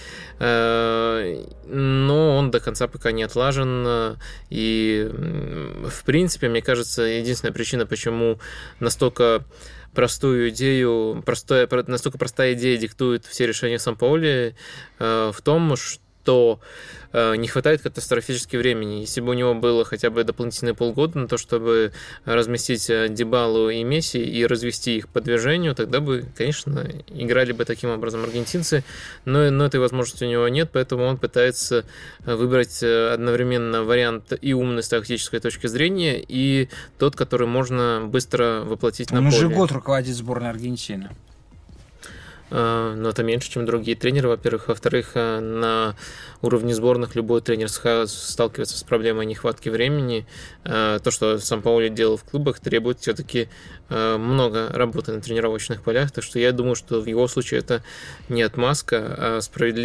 но он до конца пока не отлажен. И, в принципе, мне кажется, единственная причина, почему настолько простую идею, настолько простая идея диктует все решения Сампаоли, в том, что не хватает катастрофически времени. Если бы у него было хотя бы дополнительные полгода на то, чтобы разместить Дибалу и Месси и развести их по движению, тогда бы, конечно, играли бы таким образом аргентинцы, но этой возможности у него нет, поэтому он пытается выбрать одновременно вариант и умный с тактической точки зрения, и тот, который можно быстро воплотить на поле. Он уже год руководит сборной Аргентины. но это меньше, чем другие тренеры, во-первых. Во-вторых, на уровне сборных любой тренер сталкивается с проблемой нехватки времени. То, что Сампаоли делал в клубах, требует все-таки много работы на тренировочных полях, так что я думаю, что в его случае это не отмазка, а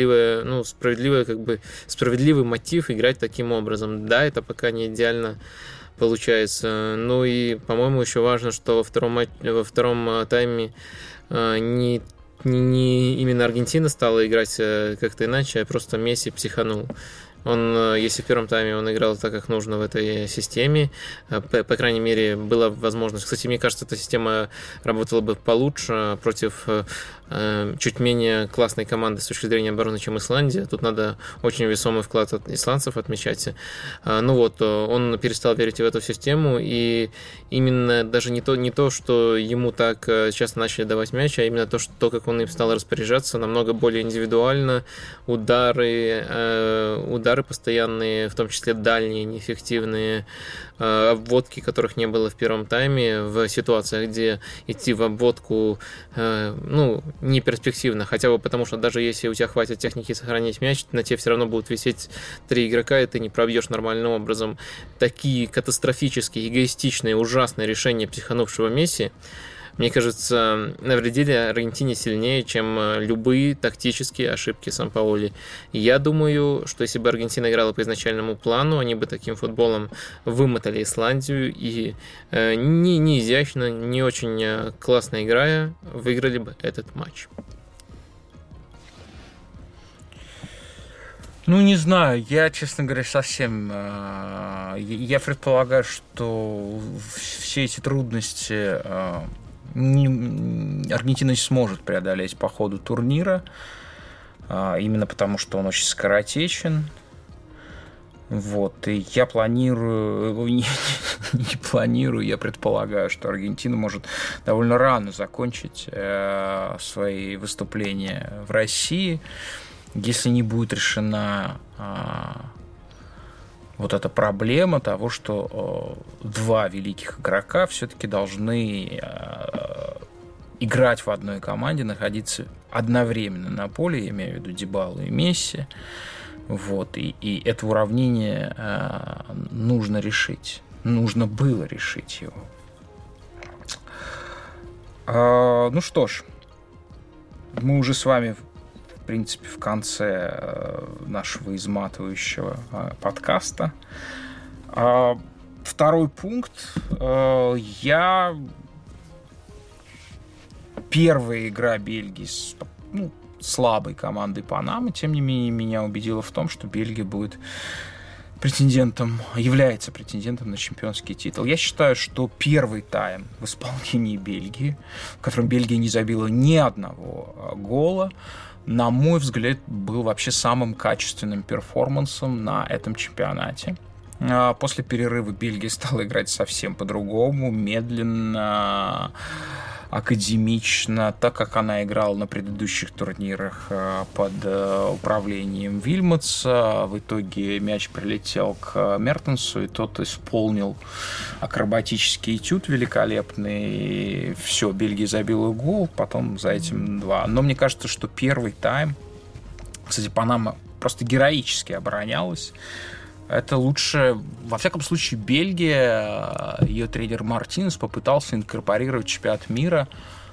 справедливый мотив играть таким образом. Да, это пока не идеально получается. Ну и, по-моему, еще важно, что во втором тайме не именно Аргентина стала играть как-то иначе, а просто Месси психанул. Если в первом тайме он играл так, как нужно в этой системе, по крайней мере, была возможность. Кстати, мне кажется, эта система работала бы получше против чуть менее классной команды с точки зрения обороны, чем Исландия. Тут надо очень весомый вклад от исландцев отмечать. Он перестал верить в эту систему, и именно даже не то, что ему так часто начали давать мяч, а именно то, как он им стал распоряжаться, намного более индивидуально. Удары постоянные, в том числе дальние, неэффективные, обводки, которых не было в первом тайме, в ситуациях, где идти в обводку не перспективно, хотя бы потому, что даже если у тебя хватит техники сохранить мяч, на тебе все равно будут висеть 3 игрока, и ты не пробьешь нормальным образом. Такие катастрофические, эгоистичные, ужасные решения психанувшего Месси, мне кажется, навредили Аргентине сильнее, чем любые тактические ошибки Сампаоли. Я думаю, что если бы Аргентина играла по изначальному плану, они бы таким футболом вымотали Исландию и не изящно, не очень классно играя, выиграли бы этот матч. Не знаю, я, честно говоря, совсем... Я предполагаю, что все эти трудности... Аргентина не сможет преодолеть по ходу турнира, именно потому, что он очень скоротечен. И я я предполагаю, что Аргентина может довольно рано закончить свои выступления в России, если не будет решена эта проблема того, что два великих игрока все-таки должны играть в одной команде, находиться одновременно на поле, я имею в виду Дибалу и Месси. И это уравнение нужно решить. Нужно было решить его. Что ж, мы уже с вами в принципе, в конце нашего изматывающего подкаста. Второй пункт. Первая игра Бельгии с слабой командой Панамы, тем не менее, меня убедила в том, что Бельгия является претендентом на чемпионский титул. Я считаю, что первый тайм в исполнении Бельгии, в котором Бельгия не забила ни одного гола, на мой взгляд, был вообще самым качественным перформансом на этом чемпионате. После перерыва Бельгия стала играть совсем по-другому, медленно, академично, так как она играла на предыдущих турнирах под управлением Вильмотса. В итоге мяч прилетел к Мертенсу, и тот исполнил акробатический этюд великолепный. Все, Бельгия забила гол, потом за этим 2. Но мне кажется, что первый тайм, кстати, Панама просто героически оборонялась. Это лучше, во всяком случае, Бельгия, ее тренер Мартинес попытался инкорпорировать в чемпионат мира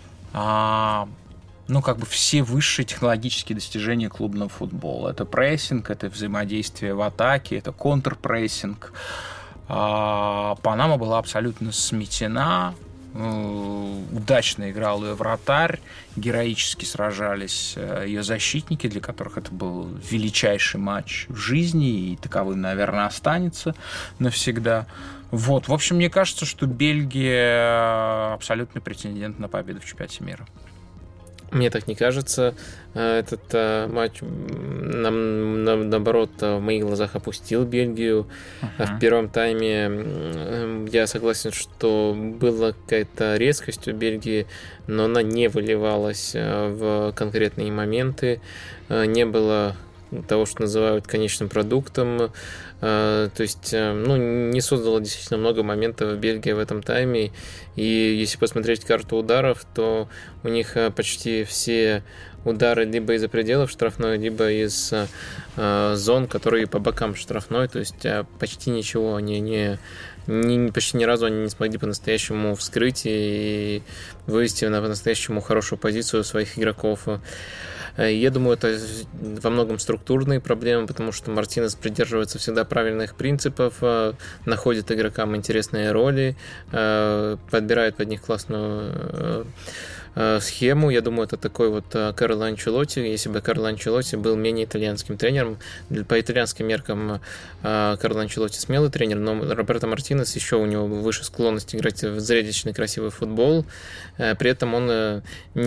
все высшие технологические достижения клубного футбола. Это прессинг, это взаимодействие в атаке, это контрпрессинг. Панама была абсолютно сметена, удачно играл ее вратарь, героически сражались ее защитники, для которых это был величайший матч в жизни, и таковым, наверное, останется навсегда. В общем, мне кажется, что Бельгия абсолютный претендент на победу в чемпионате мира. Мне так не кажется. Этот матч, наоборот, в моих глазах опустил Бельгию. В первом тайме я согласен, что была какая-то резкость у Бельгии, но она не выливалась в конкретные моменты. Не было того, что называют конечным продуктом. То есть, не создала действительно много моментов в Бельгии в этом тайме. И если посмотреть карту ударов, то у них почти все удары либо из-за пределов штрафной, либо из зон, которые по бокам штрафной. То есть почти ничего они почти ни разу они не смогли по-настоящему вскрыть и вывести на по-настоящему хорошую позицию своих игроков. Я думаю, это во многом структурные проблемы, потому что Мартинес придерживается всегда правильных принципов, находит игрокам интересные роли, подбирает под них классную схему. Я думаю, это такой вот Карло Анчелотти. Если бы Карло Анчелотти был менее итальянским тренером, по итальянским меркам Карло Анчелотти смелый тренер, но Роберто Мартинес еще у него выше склонность играть в зрелищный красивый футбол. При этом он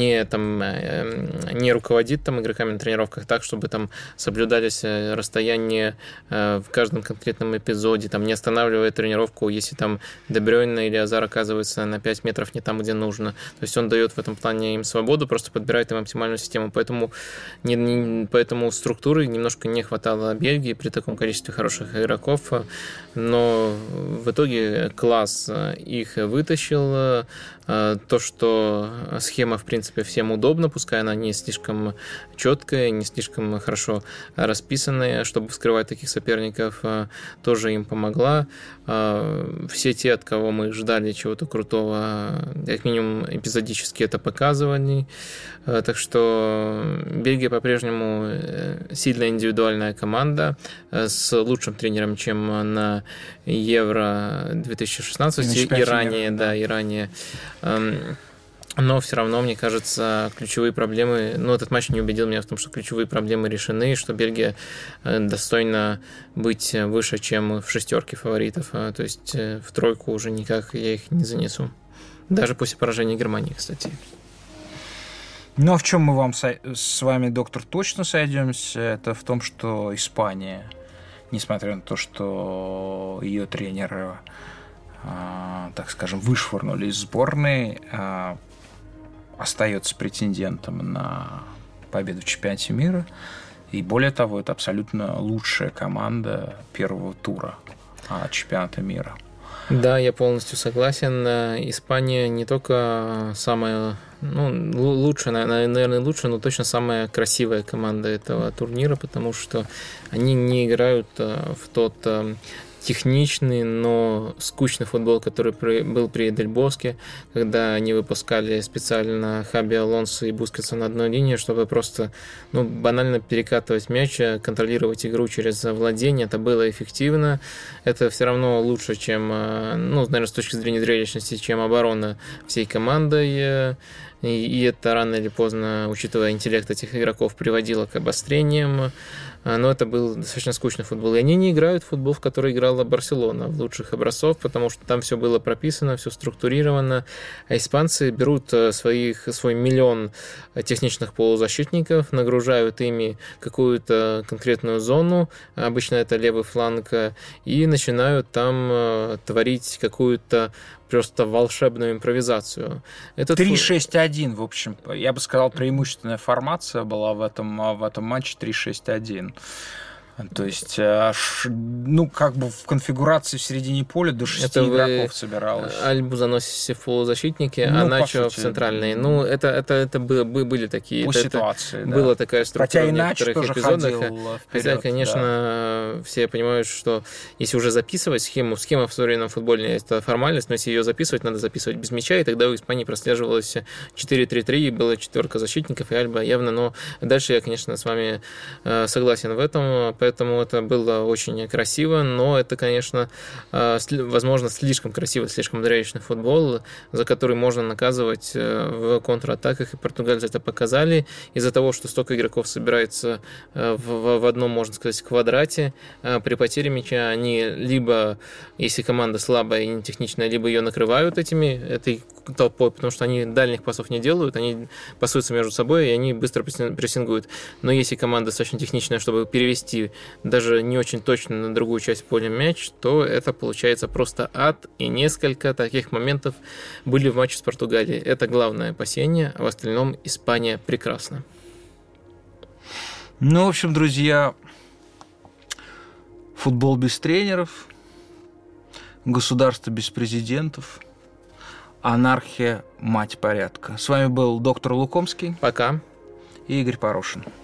не руководит там игроками на тренировках так, чтобы там соблюдались расстояния в каждом конкретном эпизоде, там не останавливает тренировку, если там Де Брёйне или Азар оказывается на 5 метров не там, где нужно. То есть он дает в этом плане им свободу, просто подбирает им оптимальную систему. Поэтому структуры немножко не хватало Бельгии при таком количестве хороших игроков. Но в итоге класс их вытащил. То, что схема, в принципе, всем удобна, пускай она не слишком четкая, не слишком хорошо расписанная, чтобы вскрывать таких соперников, тоже им помогла. Все те, от кого мы ждали чего-то крутого, как минимум эпизодически это показывали. Так что Бельгия по-прежнему сильная индивидуальная команда с лучшим тренером, чем на Евро 2016 и ранее. Но все равно, мне кажется, ключевые проблемы... этот матч не убедил меня в том, что ключевые проблемы решены, что Бельгия достойна быть выше, чем в шестерке фаворитов. То есть в тройку уже никак я их не занесу. Даже после поражения Германии, кстати. В чем мы с вами, доктор, точно сойдемся, это в том, что Испания, несмотря на то, что ее тренера, так скажем, вышвырнули из сборной, остается претендентом на победу в чемпионате мира. И более того, это абсолютно лучшая команда первого тура чемпионата мира. Да, я полностью согласен. Испания не только самая, лучшая, наверное, лучшая, но точно самая красивая команда этого турнира, потому что они не играют в тот техничный, но скучный футбол, который был при Дель Боске, когда они выпускали специально Хаби Алонсо и Бускетса на одной линии, чтобы просто банально перекатывать мяч, контролировать игру через владение. Это было эффективно. Это все равно лучше, чем, наверное, с точки зрения зрелищности, чем оборона всей командой. И это рано или поздно, учитывая интеллект этих игроков, приводило к обострениям. Но это был достаточно скучный футбол. И они не играют в футбол, в который играла Барселона в лучших образцов, потому что там все было прописано, все структурировано. А испанцы берут свой миллион техничных полузащитников, нагружают ими какую-то конкретную зону, обычно это левый фланг, и начинают там творить какую-то просто волшебную импровизацию. 3-6-1, в общем, я бы сказал, преимущественная формация была в этом матче 3-6-1. То есть, в конфигурации в середине поля до 6 игроков собиралось. Альбу заносите в полузащитники, а Начо в центральные. Это были такие... По ситуации, да. Была такая структура в некоторых эпизодах. Хотя, конечно, все понимают, что если уже записывать схема в современном футболе это формальность, но если ее записывать, надо записывать без мяча, и тогда у Испании прослеживалось 4-3-3, было 4 защитников, и Альба явно, но дальше я, конечно, с вами согласен в этом. Поэтому это было очень красиво, но это, конечно, возможно, слишком красивый, слишком зрелищный футбол, за который можно наказывать в контратаках, и португальцы это показали. Из-за того, что столько игроков собирается в одном, можно сказать, квадрате, при потере мяча они либо, если команда слабая и не техничная, либо ее накрывают этой толпой, потому что они дальних пасов не делают, они пасуются между собой, и они быстро прессингуют. Но если команда достаточно техничная, чтобы перевести даже не очень точно на другую часть поля мяч, то это получается просто ад, и несколько таких моментов были в матче с Португалией. Это главное опасение, а в остальном Испания прекрасна. Ну, в общем, друзья, футбол без тренеров, государство без президентов, анархия – мать порядка. С вами был доктор Лукомский. Пока. И Игорь Порошин.